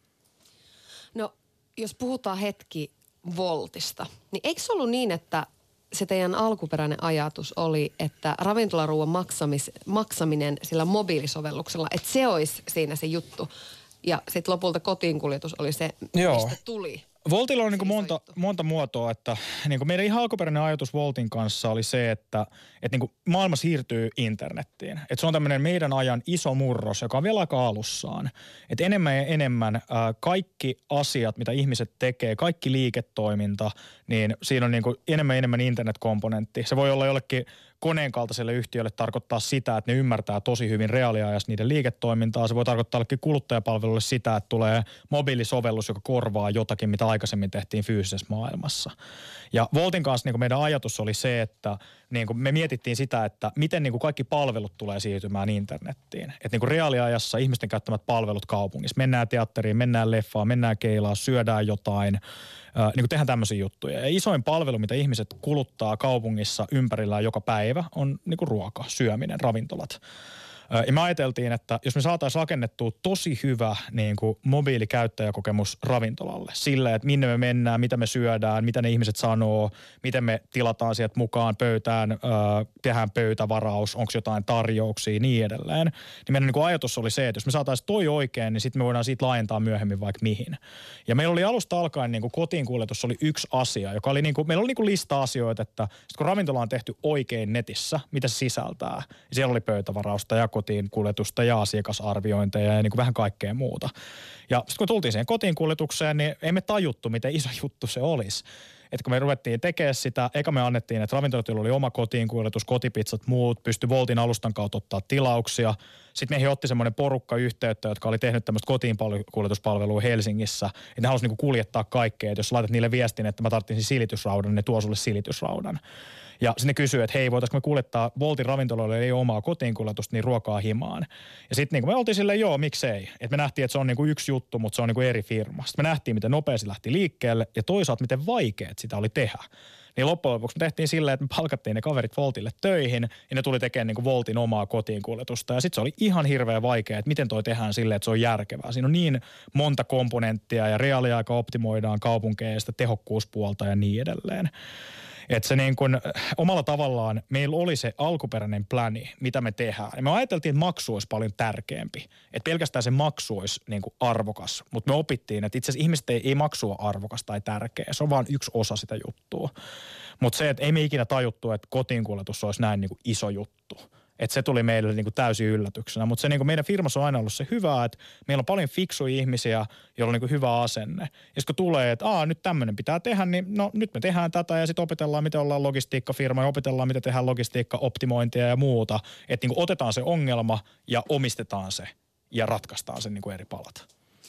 No, jos puhutaan hetki Woltista, niin eikö se ollut niin, että se teidän alkuperäinen ajatus oli, että ravintolaruuan maksaminen sillä mobiilisovelluksella, että se olisi siinä se juttu. Ja sitten lopulta kotiinkuljetus oli se, mistä tuli. Woltilla on niin monta muotoa, että niin meidän ihan alkuperäinen ajatus Woltin kanssa oli se, että niin maailma siirtyy internettiin. Että se on tämmöinen meidän ajan iso murros, joka on vielä aika alussaan. Että enemmän ja enemmän kaikki asiat, mitä ihmiset tekee, kaikki liiketoiminta, niin siinä on niin enemmän ja enemmän internetkomponentti. Se voi olla jollekin koneen kaltaiselle yhtiölle tarkoittaa sitä, että ne ymmärtää tosi hyvin reaaliajassa niiden liiketoimintaa. Se voi tarkoittaa jollekin kuluttajapalvelulle sitä, että tulee mobiilisovellus, joka korvaa jotakin, mitä aikaisemmin tehtiin fyysisessä maailmassa. Ja Woltin kanssa niin kuin meidän ajatus oli se, että niin kuin me mietittiin sitä, että miten niin kuin kaikki palvelut tulee siirtymään internettiin. Että niin kuin reaaliajassa ihmisten käyttämät palvelut kaupungissa. Mennään teatteriin, mennään leffaan, mennään keilaan, syödään jotain. Niin kuin tehdään tämmöisiä juttuja. Ja isoin palvelu, mitä ihmiset kuluttaa kaupungissa ympärillään joka päivä, on niin kuin ruoka, syöminen, ravintolat. Ja me ajateltiin, että jos me saataisiin rakennettua tosi hyvä niin kuin mobiilikäyttäjäkokemus ravintolalle, sillä, että minne me mennään, mitä me syödään, mitä ne ihmiset sanoo, miten me tilataan sieltä mukaan pöytään, tehdään pöytävaraus, onko jotain tarjouksia, niin edelleen. Niin meidän niin kuin ajatus oli se, että jos me saataisiin toi oikein, niin sitten me voidaan siitä laajentaa myöhemmin vaikka mihin. Ja meillä oli alusta alkaen niin kuin kotiinkuljetus oli yksi asia, joka oli niin kuin, meillä oli niin kuin lista asioita, että kun ravintola on tehty oikein netissä, mitä se sisältää, ja siellä oli pöytävarausta ja kotiinkuljetusta ja asiakasarviointeja ja niin kuin vähän kaikkea muuta. Ja sitten kun tultiin siihen kotiinkuljetukseen, niin ei me tajuttu, miten iso juttu se olisi. Että kun me ruvettiin tekemään sitä, eikä me annettiin, että ravintolatilla oli oma kotiinkuljetus, kotipizzat, muut, pystyi Woltin alustan kautta ottaa tilauksia. Sitten meihin otti semmoinen porukka yhteyttä, jotka oli tehnyt tämmöistä kotiinkuljetuspalvelua Helsingissä. Että ne halusi niinku kuljettaa kaikkea. Että jos laitat niille viestin, että mä tarvitsin silitysraudan, niin ne tuo sulle silitysraudan. Ja sitten ne kysyy, että hei, voitaisiinko me kuljettaa Woltin ravintoloille, ei ole omaa kotiinkuljetusta, niin ruokaa himaan. Ja sitten niin me oltiin silleen, joo, miksei. Että me nähtiin, että se on niin kuin yksi juttu, mutta se on niin kuin eri firma. Sitten me nähtiin, miten nopeasti lähti liikkeelle ja toisaalta miten vaikeat sitä oli tehdä. Niin loppujen lopuksi me tehtiin silleen, että me palkattiin ne kaverit Woltille töihin ja ne tuli tekemään niin kuin Woltin omaa kotiinkuljetusta. Ja sitten se oli ihan hirveän vaikea, että miten toi tehdään silleen, että se on järkevää. Siinä on niin monta komponenttia ja reaaliaika optimoidaan kaupunkeista, tehokkuuspuolta ja niin edelleen. Että se niin kuin omalla tavallaan meillä oli se alkuperäinen pläni, mitä me tehdään. Ja me ajateltiin, että maksu olisi paljon tärkeämpi. Että pelkästään se maksu olisi niin kuin arvokas. Mutta me opittiin, että itse asiassa ihmiset ei maksua arvokas tai tärkeä. Se on vain yksi osa sitä juttua. Mutta se, että ei me ikinä tajuttu, että kotiinkuljetus olisi näin niin kuin iso juttu. Että se tuli meille niin kuin täysin yllätyksenä. Mutta se niin kuin meidän firmassa on aina ollut se hyvä, että meillä on paljon fiksuja ihmisiä, joilla on niin kuin hyvä asenne. Ja sitten kun tulee, että nyt tämmöinen pitää tehdä, niin no nyt me tehdään tätä ja sitten opetellaan, miten ollaan logistiikkafirma ja opetellaan, miten tehdään logistiikkaoptimointia ja muuta. Että niin kuin otetaan se ongelma ja omistetaan se ja ratkaistaan sen niin kuin eri palat.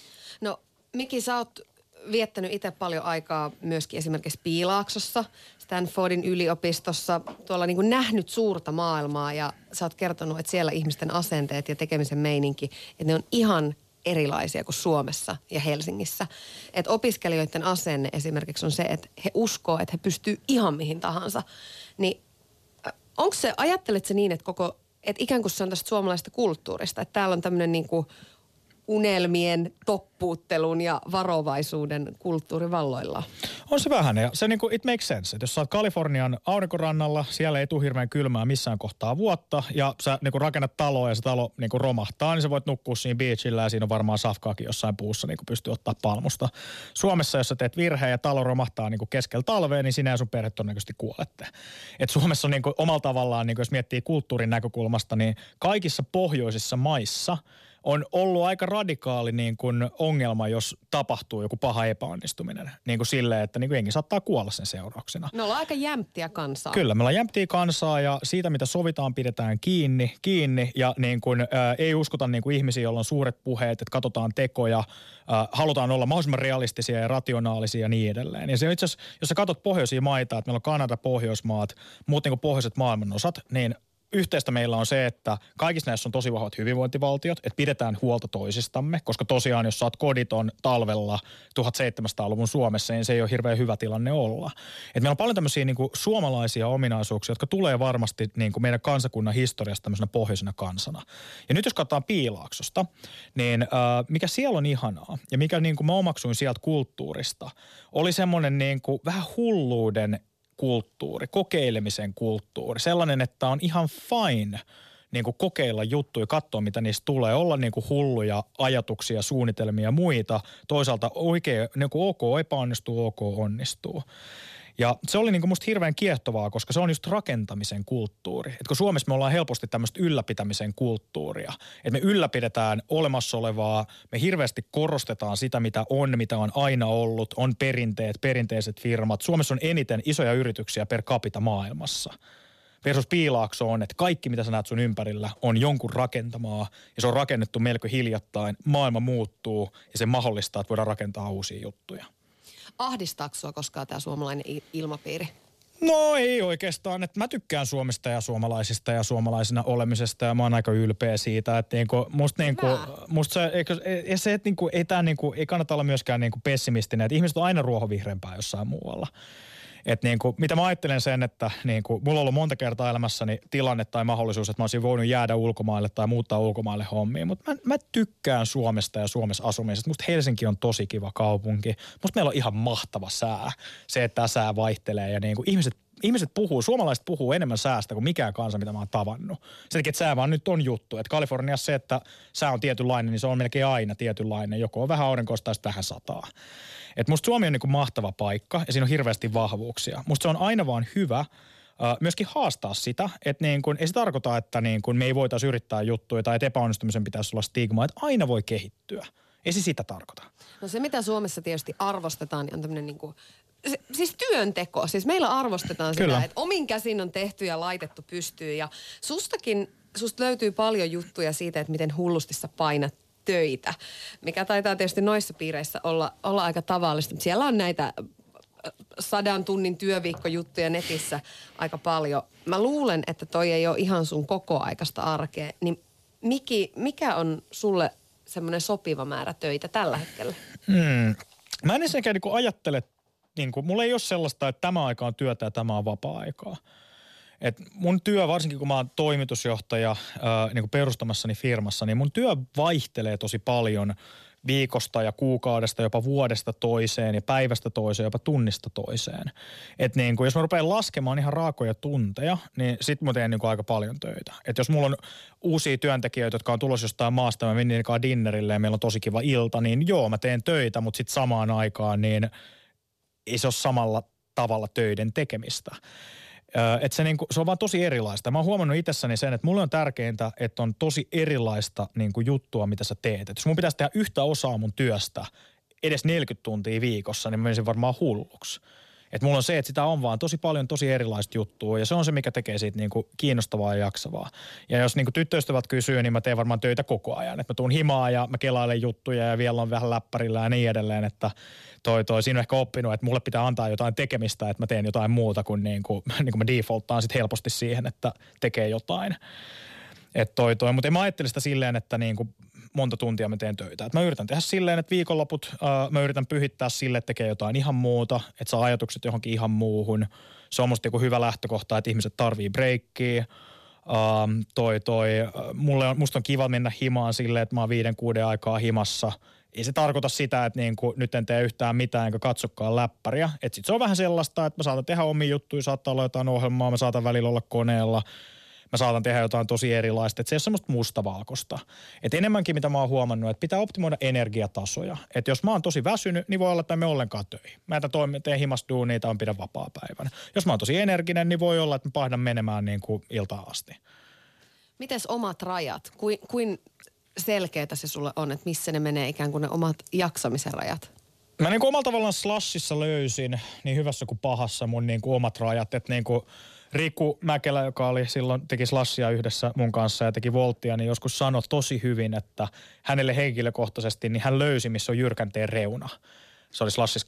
No Miki, sä oot viettänyt itse paljon aikaa myöskin esimerkiksi Piilaaksossa, Stanfordin yliopistossa, tuolla niin kuin nähnyt suurta maailmaa ja sä oot kertonut, että siellä ihmisten asenteet ja tekemisen meininki, että ne on ihan erilaisia kuin Suomessa ja Helsingissä. Että opiskelijoiden asenne esimerkiksi on se, että he uskoo, että he pystyy ihan mihin tahansa. Niin onko se, ajattelet sä niin, että että ikään kuin se on tästä suomalaisesta kulttuurista, että täällä on tämmöinen niin kuin unelmien toppuuttelun ja varovaisuuden kulttuuri valloillaan. On se vähän ja se niinku, it makes sense. Et jos sä oot Kalifornian aurinkorannalla, siellä ei tule hirveän kylmää missään kohtaa vuotta ja sä niinku rakennat taloa ja se talo niinku romahtaa, niin sä voit nukkua siinä beachillä ja siinä on varmaan safkaakin jossain puussa, niinku pystyy ottaa palmusta. Suomessa, jos sä teet virheen ja talo romahtaa niinku keskellä talvea, niin sinä ja sun perhe todennäköisesti kuolette. Et Suomessa on niinku omalla tavallaan, niinku jos miettii kulttuurin näkökulmasta, niin kaikissa pohjoisissa maissa on ollut aika radikaali niin kuin ongelma, jos tapahtuu joku paha epäonnistuminen. Niin kuin silleen, että niin kuin jengi saattaa kuolla sen seurauksena. Me ollaan aika jämptiä kansaa. Kyllä, me ollaan jämptiä kansaa ja siitä, mitä sovitaan, pidetään kiinni ja niin kuin, ei uskota niin kuin ihmisiä, joilla on suuret puheet, että katsotaan tekoja, halutaan olla mahdollisimman realistisia ja rationaalisia ja niin edelleen. Ja se itse asiassa, jos sä katsot pohjoisia maita, että meillä on Kanada, Pohjoismaat, muut niin kuin pohjoiset maailmanosat, niin yhteistä meillä on se, että kaikissa näissä on tosi vahvat hyvinvointivaltiot, että pidetään huolta toisistamme, koska tosiaan jos sä oot koditon talvella 1700-luvun Suomessa, niin se ei ole hirveän hyvä tilanne olla. Et meillä on paljon tämmöisiä niin kuin suomalaisia ominaisuuksia, jotka tulee varmasti niin kuin meidän kansakunnan historiasta tämmöisenä pohjoisena kansana. Ja nyt jos katsotaan Piilaaksosta, niin mikä siellä on ihanaa ja mikä niin kuin mä omaksuin sieltä kulttuurista, oli semmoinen niin kuin vähän hulluuden kulttuuri, kokeilemisen kulttuuri. Sellainen, että on ihan fine niin kuin kokeilla juttuja, katsoa mitä niistä tulee, olla niin kuin hulluja ajatuksia, suunnitelmia ja muita. Toisaalta oikein, niin kuin ok epäonnistuu, ok onnistuu. Ja se oli niinku musta hirveän kiehtovaa, koska se on just rakentamisen kulttuuri. Et kun Suomessa me ollaan helposti tämmöistä ylläpitämisen kulttuuria. Että me ylläpidetään olemassa olevaa, me hirveästi korostetaan sitä, mitä on aina ollut, on perinteet, perinteiset firmat. Suomessa on eniten isoja yrityksiä per capita maailmassa. Versus Piilaakso on, että kaikki mitä sä näet sun ympärillä on jonkun rakentamaa ja se on rakennettu melko hiljattain. Maailma muuttuu ja se mahdollistaa, että voidaan rakentaa uusia juttuja. Ahdistaako sua koskaan tämä suomalainen ilmapiiri? No ei oikeastaan, että mä tykkään Suomesta ja suomalaisista ja suomalaisena olemisesta ja mä oon aika ylpeä siitä, että musta se, että ei tää ei kannata olla myöskään pessimistinen, että ihmiset on aina ruohonvihreämpää jossain muualla. Että mitä mä ajattelen sen, että mulla on ollut monta kertaa elämässäni tilanne tai mahdollisuus, että mä olisin voinut jäädä ulkomaille tai muuttaa ulkomaille hommiin. Mutta mä tykkään Suomesta ja Suomessa asumisesta. Musta Helsinki on tosi kiva kaupunki. Musta meillä on ihan mahtava sää. Se, että tämä sää vaihtelee ja ihmiset puhuu, suomalaiset puhuu enemmän säästä kuin mikään kansa, mitä mä oon tavannut. Sen takia, että sää vaan nyt on juttu. Että Kaliforniassa se, että sää on tietynlainen, niin se on melkein aina tietynlainen. Joko on vähän aurinkoista tai vähän sataa. Että musta Suomi on mahtava paikka ja siinä on hirveästi vahvuuksia. Musta se on aina vaan hyvä myöskin haastaa sitä, että ei se tarkoita, että me ei voitaisi yrittää juttuja tai että epäonnistumisen pitäisi olla stigma, että aina voi kehittyä. Ei se sitä tarkoita. No se, mitä Suomessa tietysti arvostetaan, niin on tämmöinen siis työnteko. Siis meillä arvostetaan sitä, että omin käsin on tehty ja laitettu pystyyn. Ja susta löytyy paljon juttuja siitä, että miten hullusti sä painat töitä, mikä taitaa tietysti noissa piireissä olla aika tavallista. Siellä on näitä 100 tunnin työviikkojuttuja netissä aika paljon. Mä luulen, että toi ei ole ihan sun kokoaikaista arkea. Niin mikä on sulle semmoinen sopiva määrä töitä tällä hetkellä? Mä en ensinnäkään ajattele, mulla ei ole sellaista, että tämä aika on työtä ja tämä on vapaa-aikaa. Et mun työ, varsinkin kun mä oon toimitusjohtaja perustamassani firmassa, niin mun työ vaihtelee tosi paljon viikosta ja kuukaudesta, jopa vuodesta toiseen ja päivästä toiseen, jopa tunnista toiseen. Et jos mä rupean laskemaan ihan raakoja tunteja, niin sit mä teen aika paljon töitä. Et jos mulla on uusia työntekijöitä, jotka on tulossa jostain maasta, mä menin dinnerille ja meillä on tosi kiva ilta, niin joo, mä teen töitä, mutta sit samaan aikaan niin ei se ole samalla tavalla töiden tekemistä. Että se on vaan tosi erilaista. Mä oon huomannut itsessäni sen, että mulle on tärkeintä, että on tosi erilaista juttua, mitä sä teet. Et jos mun pitäisi tehdä yhtä osaa mun työstä edes 40 tuntia viikossa, niin mä menisin varmaan hulluksi. Että mulla on se, että sitä on vaan tosi paljon tosi erilaista juttua ja se on se, mikä tekee siitä kiinnostavaa ja jaksavaa. Ja jos tyttöystävät kysyy, niin mä teen varmaan töitä koko ajan. Että mä tuun himaa ja mä kelailen juttuja ja vielä on vähän läppärillä ja niin edelleen, että siinä on ehkä oppinut, että mulle pitää antaa jotain tekemistä, että mä teen jotain muuta kuin mä defaulttaan sit helposti siihen, että tekee jotain. Mutta en mä ajattele sitä silleen, että monta tuntia mä teen töitä. Et mä yritän tehdä silleen, että viikonloput mä yritän pyhittää sille, että tekee jotain ihan muuta, että saa ajatukset johonkin ihan muuhun. Se on musta hyvä lähtökohta, että ihmiset tarvii breikkiä. Musta on kiva mennä himaan silleen, että mä oon 5-6 aikaa himassa. Ei se tarkoita sitä, että niinku, nyt en tee yhtään mitään enkä katsokaan läppäriä. Et sit se on vähän sellaista, että mä saatan tehdä omia juttuja, saattaa olla jotain ohjelmaa, mä saatan välillä olla koneella. Mä saatan tehdä jotain tosi erilaista, että se ei ole semmoista mustavalkoista. Että enemmänkin mitä mä oon huomannut, että pitää optimoida energiatasoja. Että jos mä oon tosi väsynyt, niin voi olla, että mä en ollenkaan töihin. Mä teen himasta duunia tai pidän vapaa-päivänä. Jos mä oon tosi energinen, niin voi olla, että mä pahdan menemään niin kuin iltaan asti. Mites omat rajat? Kuin selkeätä se sulle on, että missä ne menee ikään kuin ne omat jaksamisen rajat? Mä niin kuin omalla tavallaan Slashissa löysin niin hyvässä kuin pahassa mun niin kuin omat rajat, että niin kuin Riku Mäkelä, joka oli silloin, teki Slashia yhdessä mun kanssa ja teki Volttia, niin joskus sanoi tosi hyvin, että hänelle henkilökohtaisesti, niin hän löysi, missä on jyrkänteen reuna. Se oli Slashissa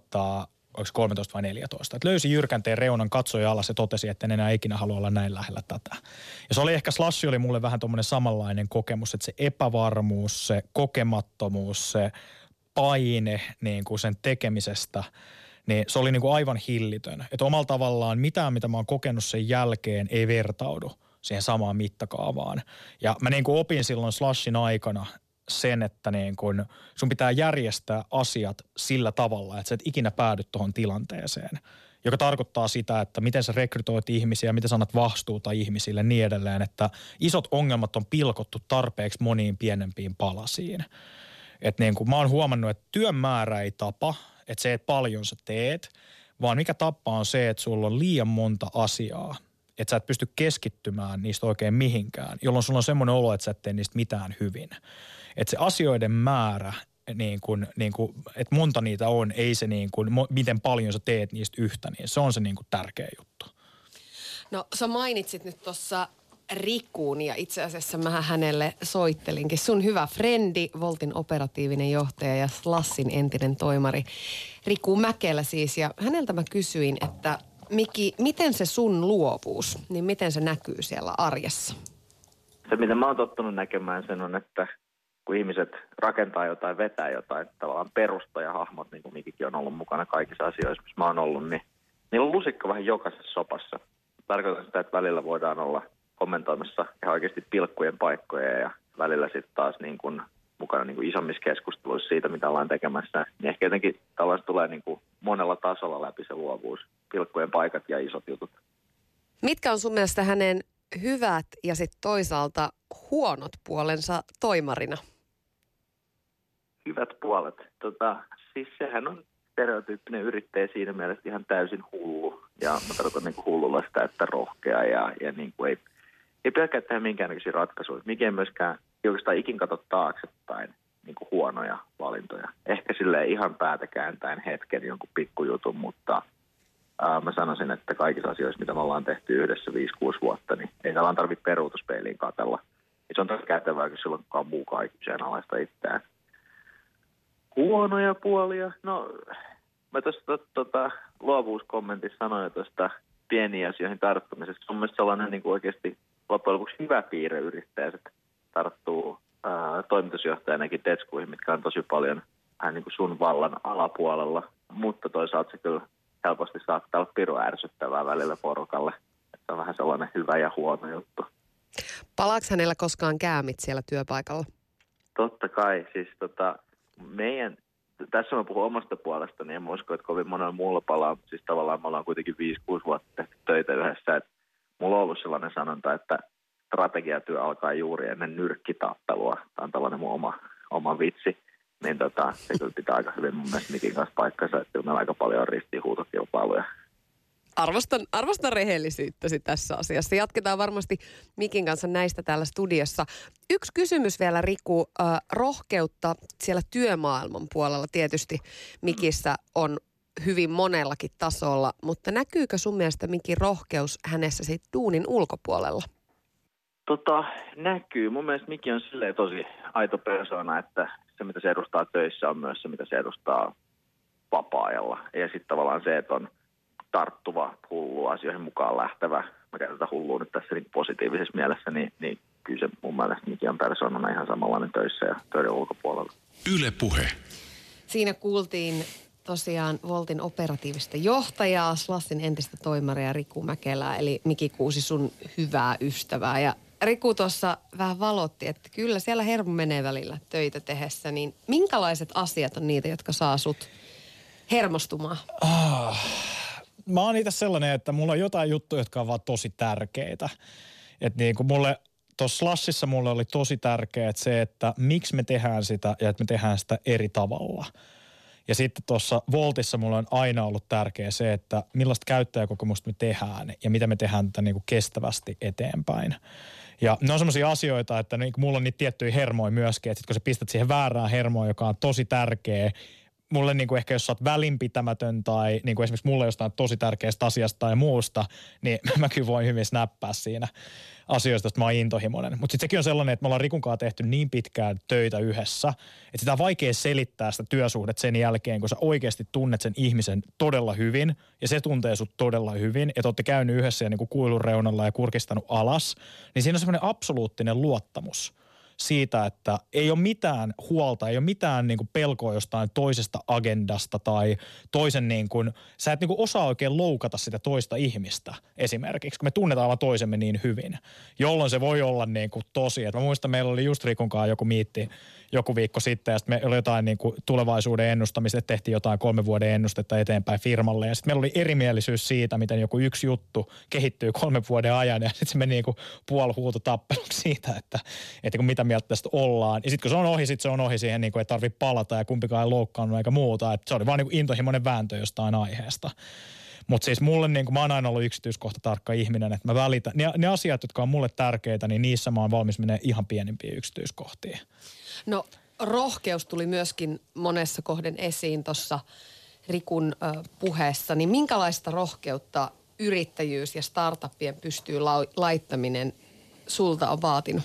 2013 vai 2014. Että löysi jyrkänteen reunan, katsoi alas ja totesi, että en enää ikinä halua olla näin lähellä tätä. Ja se oli ehkä, Slash oli mulle vähän tommoinen samanlainen kokemus, että se epävarmuus, se kokemattomuus, se paine niin kuin sen tekemisestä, niin se oli niin kuin aivan hillitön. Että omalla tavallaan mitään, mitä mä oon kokenut sen jälkeen, ei vertaudu siihen samaan mittakaavaan. Ja mä niin kuin opin silloin Slashin aikana sen, että niin kuin sun pitää järjestää asiat sillä tavalla, että sä et ikinä päädy tuohon tilanteeseen. Joka tarkoittaa sitä, että miten sä rekrytoit ihmisiä, miten sä annat vastuuta ihmisille niin edelleen, että isot ongelmat on pilkottu tarpeeksi moniin pienempiin palasiin. Että niin kuin mä oon huomannut, että työn määrä ei tapa, että se, että paljon sä teet, vaan mikä tappaa on se, että sulla on liian monta asiaa, että sä et pysty keskittymään niistä oikein mihinkään, jolloin sulla on semmoinen olo, että sä et tee niistä mitään hyvin. Että se asioiden määrä, että monta niitä on, ei se niin kuin, miten paljon sä teet niistä yhtä, niin se on se niin kuin tärkeä juttu. No sä mainitsit nyt tuossa Rikuun ja itse asiassa mä hänelle soittelinkin. Sun hyvä frendi, Voltin operatiivinen johtaja ja Slashin entinen toimari Riku Mäkelä siis. Ja häneltä mä kysyin, että Miki, miten se sun luovuus, niin miten se näkyy siellä arjessa? Se, mitä mä oon tottunut näkemään sen on, että kun ihmiset rakentaa jotain, vetää jotain, tavallaan perustajahahmot, niin kuin Mikikin on ollut mukana kaikissa asioissa, missä mä oon ollut, niin niillä on lusikka vähän jokaisessa sopassa. Tarkoitan sitä, että välillä voidaan olla kommentoimassa ihan oikeasti pilkkujen paikkoja ja välillä sitten taas niin kuin mukana niin kuin isommissa keskusteluissa siitä, mitä ollaan tekemässä. Niin ehkä jotenkin tällaista tulee niin kuin monella tasolla läpi se luovuus, pilkkujen paikat ja isot jutut. Mitkä on sun mielestä hänen hyvät ja sitten toisaalta huonot puolensa toimarina? Hyvät puolet. Siis sehän on stereotyyppinen yrittäjä siinä mielessä ihan täysin hullu. Ja mä tarkoitan niin kuin hullulla sitä, että rohkea ja niin kuin ei pelkää tehdä minkäännäköisiä ratkaisuja. Mikä ei myöskään oikeastaan ikin katso taaksepäin niin kuin huonoja valintoja. Ehkä silleen ihan päätä kääntäen hetken jonkun pikkujutun, mutta mä sanoisin, että kaikissa asioissa, mitä me ollaan tehty yhdessä 5-6 vuotta, niin ei tavallaan tarvitse peruutuspeiliin katsella. Ja se on tosi kätevää, kun silloin kukaan muukaan ei kyseenalaista itseään. Huonoja puolia? No, mä tuosta luovuuskommentissa sanoin jo tuosta pieniin asioihin tarttumisesta. Se on mielestäni sellainen niin kuin oikeasti loppujen lopuksi hyvä piirre yrittäjät, että tarttuu toimitusjohtajanakin tetskuihin, mitkä on tosi paljon vähän niin kuin sun vallan alapuolella. Mutta toisaalta se kyllä helposti saattaa olla pirun ärsyttävää välillä porukalle. Että on vähän sellainen hyvä ja huono juttu. Palaako hänellä koskaan käämit siellä työpaikalla? Totta kai. Siis tässä mä puhun omasta puolesta, niin en usko, että kovin monella muulla palaa. Siis tavallaan me ollaan kuitenkin 5-6 vuotta tehty töitä yhdessä. Että mulla on ollut sellainen sanonta, että strategiatyö alkaa juuri ennen nyrkkitappelua. Tämä on tällainen mun oma vitsi. Niin se kyllä pitää aika hyvin mun mielestä Mikin kanssa paikkansa, että meillä aika paljon on ristiinhuutokilpailuja. Arvostan rehellisyyttäsi tässä asiassa. Jatketaan varmasti Mikin kanssa näistä täällä studiossa. Yksi kysymys vielä, Riku. Rohkeutta siellä työmaailman puolella tietysti Mikissä on hyvin monellakin tasolla, mutta näkyykö sun mielestä Mikin rohkeus hänessä sitten duunin ulkopuolella? Näkyy. Mun mielestä Miki on silleen tosi aito persoona, että se mitä se edustaa töissä on myös se mitä se edustaa vapaa-ajalla. Ja sitten tavallaan se, että on tarttuva, hullu, asioihin mukaan lähtevä. Mä käytän hullua nyt tässä niin positiivisessa mielessä, niin kyllä se mun mielestä Miki on persoonana ihan samanlainen töissä ja töiden ulkopuolella. Yle Puhe. Siinä kuultiin tosiaan Woltin operatiivista johtajaa, Slashin entistä toimaria Riku Mäkelää, eli Miki Kuusi, sun hyvää ystävää. Ja Riku tuossa vähän valotti, että kyllä siellä hermo menee välillä töitä tehessä, niin minkälaiset asiat on niitä, jotka saa sut hermostumaan? Mä oon itse sellainen, että mulla on jotain juttuja, jotka on vaan tosi tärkeitä. Että niin kuin tuossa Slashissa mulle oli tosi tärkeää se, että miksi me tehdään sitä ja että me tehdään sitä eri tavalla. Ja sitten tuossa Woltissa mulla on aina ollut tärkeää se, että millaista käyttäjäkokemusta me tehdään ja mitä me tehdään tätä niin kuin kestävästi eteenpäin. Ja ne on semmoisia asioita, että niin kuin mulla on niitä tiettyjä hermoja myöskin, että sit kun sä pistät siihen väärään hermoon, joka on tosi tärkeä, mulle niin kuin ehkä jos sä oot välinpitämätön tai niin kuin esimerkiksi mulle jostain tosi tärkeästä asiasta tai muusta, niin mä kyllä voin hyvin snappaa siinä asioista, että mä oon intohimoinen. Mutta sitten sekin on sellainen, että me ollaan Rikunkaan tehty niin pitkään töitä yhdessä, että sitä on vaikea selittää sitä työsuhdet sen jälkeen, kun sä oikeasti tunnet sen ihmisen todella hyvin ja se tuntee sut todella hyvin, että ootte käynyt yhdessä ja niin kuin kuilun reunalla ja kurkistanut alas, niin siinä on semmoinen absoluuttinen luottamus siitä, että ei ole mitään huolta, ei ole mitään niin kuin pelkoa jostain toisesta agendasta tai toisen niin kuin, sä et niin kuin osaa oikein loukata sitä toista ihmistä esimerkiksi, kun me tunnetaan vaan toisemme niin hyvin, jolloin se voi olla niin kuin tosi. Että mä muistan, meillä oli just Rikunkaan joku miitti joku viikko sitten ja sitten me oli jotain niin kuin tulevaisuuden ennustamista, että tehtiin jotain 3 vuoden ennustetta eteenpäin firmalle ja sitten meillä oli erimielisyys siitä, miten joku yksi juttu kehittyy 3 vuoden ajan ja sitten se meni niin kuin puolihuutotappeluksi siitä, että kun mitä mieltä tästä ollaan. Ja sitten kun se on ohi, sitten se on ohi siihen, niin kuin, että tarvitse palata ja kumpikaan ei loukkaannut eikä muuta. Että se oli vaan niin kuin intohimoinen vääntö jostain aiheesta. Mutta siis mulle, niin kuin mä oon aina ollut yksityiskohtatarkka ihminen, että mä välitän. Ne asiat, jotka on mulle tärkeitä, niin niissä mä oon valmis menee ihan pienimpiin yksityiskohtiin. No rohkeus tuli myöskin monessa kohden esiin tuossa Rikun puheessa. Niin minkälaista rohkeutta yrittäjyys ja startuppien pystyy laittaminen sulta on vaatinut?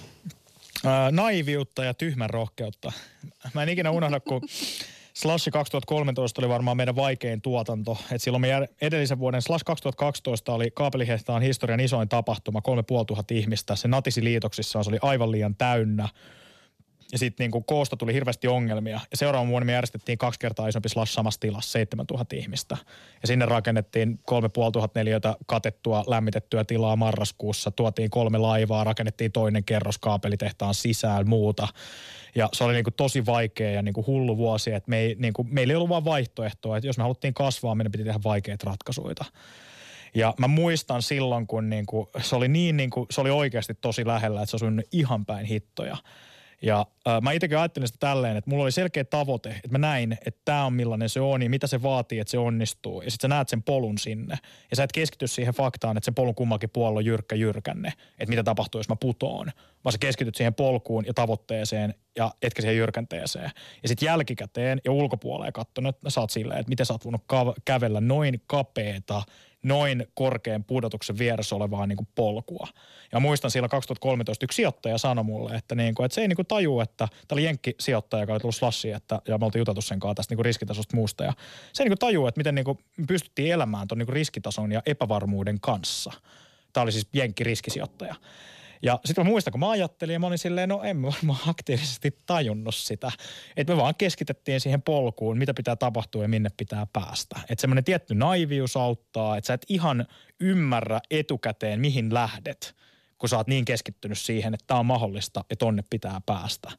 Naiviutta ja tyhmän rohkeutta. Mä en ikinä unohda, kun Slash 2013 oli varmaan meidän vaikein tuotanto. Et silloin edellisen vuoden Slash 2012 oli kaapelihehtaan historian isoin tapahtuma, 3500 ihmistä. Se natisi liitoksissaan, se oli aivan liian täynnä. Ja sitten niin koosta tuli hirveästi ongelmia. Ja seuraavan vuonna me järjestettiin 2 kertaa isompi Slash samassa tilassa, 7000 ihmistä. Ja sinne rakennettiin 3500 neliötä katettua, lämmitettyä tilaa marraskuussa. Tuotiin 3 laivaa, rakennettiin toinen kerros kaapelitehtaan sisään, muuta. Ja se oli niin kuin tosi vaikea ja niin kuin hullu vuosi, että meillä ei ollut vaan vaihtoehtoa. Että jos me haluttiin kasvaa, meidän piti tehdä vaikeita ratkaisuja. Ja mä muistan silloin, kun se oli se oli oikeasti tosi lähellä, että se olisi ihan päin hittoja. Ja mä itsekin ajattelin sitä tälleen, että mulla oli selkeä tavoite, että mä näin, että tää on millainen se on ja mitä se vaatii, että se onnistuu. Ja sit sä näet sen polun sinne. Ja sä et keskity siihen faktaan, että sen polun kummakin puolella on jyrkänne, että mitä tapahtuu, jos mä putoon. Vaan sä keskityt siihen polkuun ja tavoitteeseen ja etkä siihen jyrkänteeseen. Ja sit jälkikäteen ja ulkopuoleen katsonut, että sä oot silleen, että miten sä oot voinut kävellä noin kapeeta, noin korkean pudotuksen vieressä olevaa niin kuin polkua. Ja muistan siellä 2013 yksi sijoittaja sanoi mulle, että se ei tajua, että tämä oli jenkkisijoittaja, joka oli tullut Slashiin, ja me oltiin juteltu sen kanssa tästä riskitasosta muusta. Ja se ei tajua, että miten me pystyttiin elämään tuon riskitason ja epävarmuuden kanssa. Tämä oli siis jenkkiriskisijoittaja. Ja sitten mä muistan, kun mä ajattelin ja mä olin silleen, no en mä varmaan aktiivisesti tajunnut sitä. Että me vaan keskitettiin siihen polkuun, mitä pitää tapahtua ja minne pitää päästä. Että semmoinen tietty naivius auttaa, että sä et ihan ymmärrä etukäteen, mihin lähdet, kun sä oot niin keskittynyt siihen, että tää on mahdollista ja tonne pitää päästä.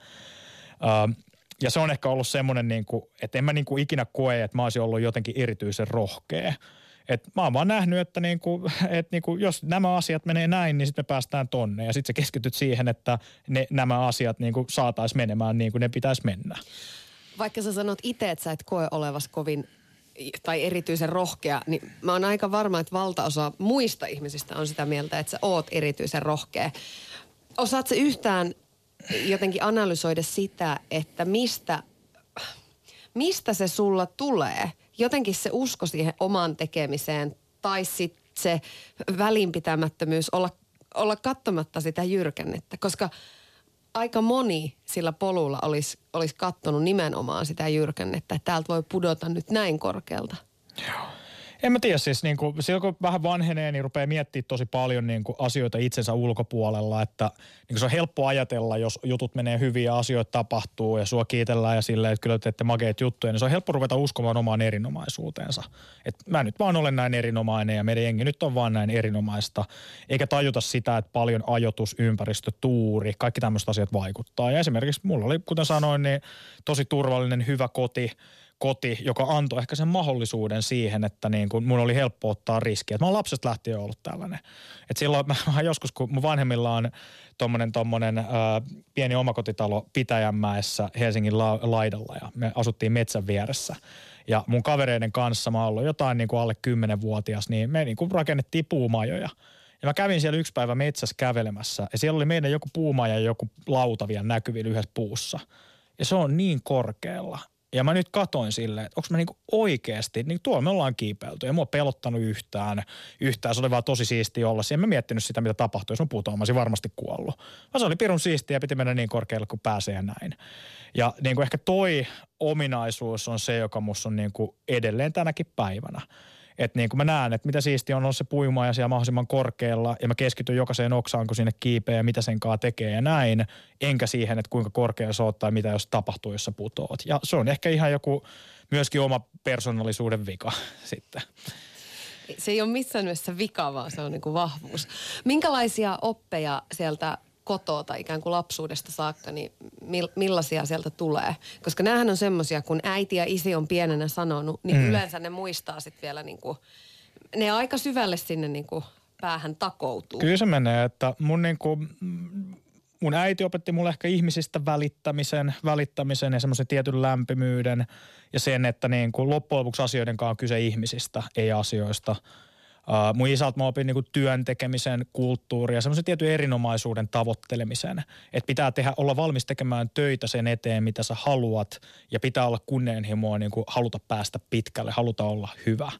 Ja se on ehkä ollut semmoinen, että en mä ikinä koe, että mä olisin ollut jotenkin erityisen rohkea. Et mä oon vaan nähnyt, että jos nämä asiat menee näin, niin sitten me päästään tonne. Ja sitten sä keskityt siihen, että nämä asiat saataisiin menemään niin kuin ne pitäisi mennä. Vaikka sä sanot itse, että sä et koe olevas kovin tai erityisen rohkea, niin mä oon aika varma, että valtaosa muista ihmisistä on sitä mieltä, että sä oot erityisen rohkea. Osaat sä yhtään jotenkin analysoida sitä, että mistä se sulla tulee? Jotenkin se usko siihen omaan tekemiseen tai sitten se välinpitämättömyys olla katsomatta sitä jyrkännettä, koska aika moni sillä polulla olisi katsonut nimenomaan sitä jyrkännettä, että täältä voi pudota nyt näin korkealta. Joo. En mä tiedä, siis niin kuin, silloin kun vähän vanhenee, niin rupeaa miettimään tosi paljon niin kuin asioita itsensä ulkopuolella, että niin kuin se on helppo ajatella, jos jutut menee hyvin ja asioita tapahtuu ja sua kiitellään ja silleen, että kyllä teette makeita juttuja, niin se on helppo ruveta uskomaan omaan erinomaisuuteensa. Että mä nyt vaan olen näin erinomainen ja meidän jengi nyt on vaan näin erinomaista, eikä tajuta sitä, että paljon ajoitus, ympäristö, tuuri, kaikki tämmöiset asiat vaikuttaa. Ja esimerkiksi mulla oli, kuten sanoin, niin tosi turvallinen, hyvä koti, joka antoi ehkä sen mahdollisuuden siihen, että niin kuin mun oli helppo ottaa riskiä. Mä oon lapsesta lähtien ollut tällainen. Et silloin mä joskus, kun mun vanhemmilla on tommonen pieni omakotitalo Pitäjänmäessä Helsingin laidalla ja me asuttiin metsän vieressä. Ja mun kavereiden kanssa mä oon ollut jotain niin kuin alle 10-vuotias, niin me niin kuin rakennettiin puumajoja. Ja mä kävin siellä yksi päivä metsässä kävelemässä ja siellä oli meidän joku puumaja ja joku lauta vielä näkyvillä yhdessä puussa. Ja se on niin korkealla. Ja mä nyt katoin silleen, että onko mä niinku oikeasti, niin tuolla me ollaan kiipeilty. Ja mua pelottanut yhtään. Se oli vaan tosi siistiä olla. En mä miettinyt sitä, mitä tapahtui, jos mä putoan, mä olisin varmasti kuollut. Vaan se oli pirun siistiä ja piti mennä niin korkealle kuin pääsee ja näin. Ja niinku ehkä toi ominaisuus on se, joka musta on niinku edelleen tänäkin päivänä. Että niin kuin mä näen, että mitä siistiä on se puimaa siellä mahdollisimman korkealla ja mä keskityn jokaiseen oksaan, kun sinne kiipeää ja mitä sen kanssa tekee ja näin. Enkä siihen, että kuinka korkea sä oot tai mitä jos tapahtuu, jos sä putoat. Ja se on ehkä ihan joku myöskin oma persoonallisuuden vika sitten. Se ei ole missään nimessä vika, vaan se on niin kuin vahvuus. Minkälaisia oppeja sieltä kotoa tai ikään kuin lapsuudesta saakka, niin millaisia sieltä tulee? Koska näähän on semmoisia, kun äiti ja isi on pienenä sanonut, niin yleensä ne muistaa sitten vielä niin kuin, ne aika syvälle sinne niin kuin päähän takoutuu. Kyllä se menee, että mun äiti opetti mulle ehkä ihmisistä välittämisen ja semmoisen tietyn lämpimyyden ja sen, että niin kuin loppujen lopuksi asioiden kanssa on kyse ihmisistä, ei asioista. Mun isältä mä opin niinku työn tekemisen kulttuuria ja semmoisen tietyn erinomaisuuden tavoittelemisen. Että pitää olla valmis tekemään töitä sen eteen, mitä sä haluat ja pitää olla kunnianhimoa, niinku haluta päästä pitkälle, haluta olla hyvä.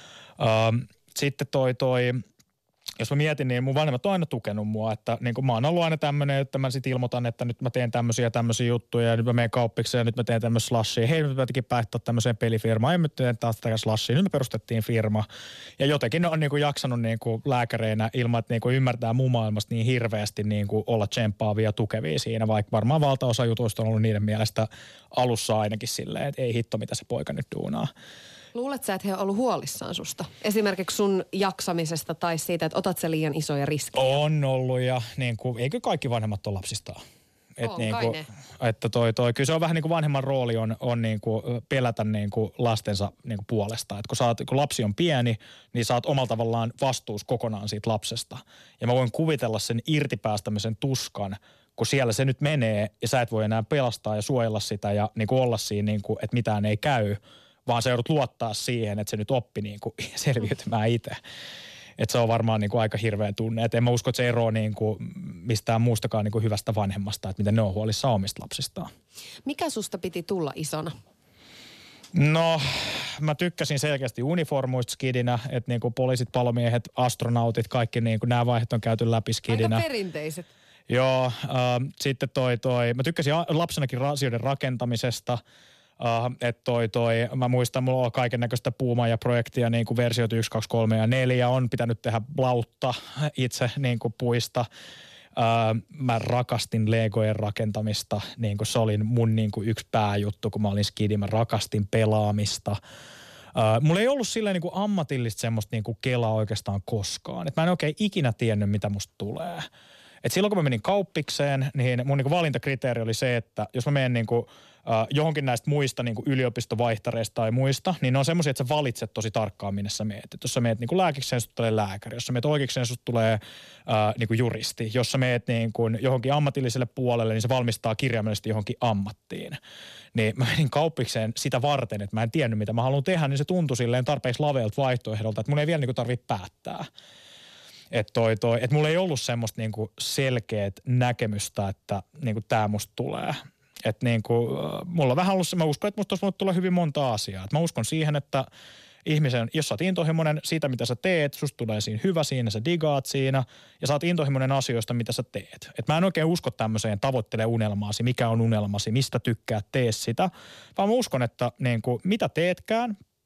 Sitten jos mä mietin, niin mun vanhemmat on aina tukenut mua, että niin mä oon ollut aina tämmöinen, että mä sit ilmoitan, että nyt mä teen tämmöisiä juttuja ja nyt mä menen kauppikseen ja nyt mä teen tämmöistä slashia. Hei, nyt mä tekin päättää tämmöiseen pelifirmaan ja nyt teen taas tätä slashia. Nyt me perustettiin firma ja jotenkin ne on niin kuin jaksanut niin kuin lääkäreinä ilman, että niin kuin ymmärtää muun maailmasta niin hirveästi niin kuin olla tsemppaavia ja tukevia siinä, vaikka varmaan valtaosa jutuista on ollut niiden mielestä alussa ainakin silleen, että ei hitto mitä se poika nyt duunaa. Luulet sä, että he on ollut huolissaan susta? Esimerkiksi sun jaksamisesta tai siitä, että otat sä liian isoja riskejä? On ollut ja niin kuin, eikö kaikki vanhemmat ole lapsistaan? Että kyllä se on vähän niin kuin vanhemman rooli on niin kuin pelätä niin kuin lastensa niin kuin puolesta. Että kun lapsi on pieni, niin sä oot omalla tavallaan vastuus kokonaan siitä lapsesta. Ja mä voin kuvitella sen irtipäästämisen tuskan, kun siellä se nyt menee ja sä et voi enää pelastaa ja suojella sitä ja niin kuin olla siinä, niin kuin, että mitään ei käy, vaan sä joudut luottaa siihen, että se nyt oppi niin kuin selviytymään itse. Että se on varmaan niin kuin aika hirveä tunne. Että en mä usko, että se eroaa niin kuin mistään muustakaan niin kuin hyvästä vanhemmasta, että miten ne on huolissaan omista lapsistaan. Mikä susta piti tulla isona? No, mä tykkäsin selkeästi uniformuista skidinä, että niin kuin poliisit, palomiehet, astronautit, kaikki niin kuin nämä vaiheet on käyty läpi skidinä. Aika perinteiset. Joo, sitten mä tykkäsin lapsenakin asioiden rakentamisesta. Että mä muistan, mulla on kaiken näköistä puumaja-projektia, niin kuin versiot 1, 2, 3 ja 4. On pitänyt tehdä lautta itse niin kuin puista. Mä rakastin Legojen rakentamista, niin kuin se oli mun niin kuin yksi pääjuttu, kun mä olin skidi. Mä rakastin pelaamista. Mulla ei ollut silleen niin kuin ammatillista semmoista niin kuin kelaa oikeastaan koskaan. Et mä en oikein ikinä tiennyt, mitä musta tulee. Et silloin kun mä menin kauppikseen, niin mun niinku valintakriteeri oli se, että jos mä menen niinku, johonkin näistä muista niinku yliopistovaihtareista tai muista, niin ne on semmoisia, että sä valitset tosi tarkkaan, minne sä meet. Et jos sä meet niinku lääkikseen, sut tulee lääkäri. Jos sä meet oikeikseen, sut tulee niinku juristi. Jos sä meet niinku johonkin ammatilliselle puolelle, niin se valmistaa kirjaimellisesti johonkin ammattiin. Niin mä menin kauppikseen sitä varten, että mä en tiennyt, mitä mä haluan tehdä, niin se tuntui silleen tarpeeksi lavealta vaihtoehdolta, että mun ei vielä niinku tarvitse päättää. Että mulla ei ollut semmoista niinku selkeät näkemystä, että niinku tää musta tulee. Että niinku, mulla on vähän ollut, mä uskon, että musta olisi voinut tulla hyvin monta asiaa. Et mä uskon siihen, että ihmisen, jos sä oot intohimoinen siitä, mitä sä teet, susta tulee siinä hyvä siinä, sä digaat siinä ja sä oot intohimoinen asioista, mitä sä teet. Et mä en oikein usko tämmöiseen tavoittele unelmaasi, mikä on unelmasi, mistä tykkäät, tee sitä. Vaan mä uskon, että niinku, mitä teetkään,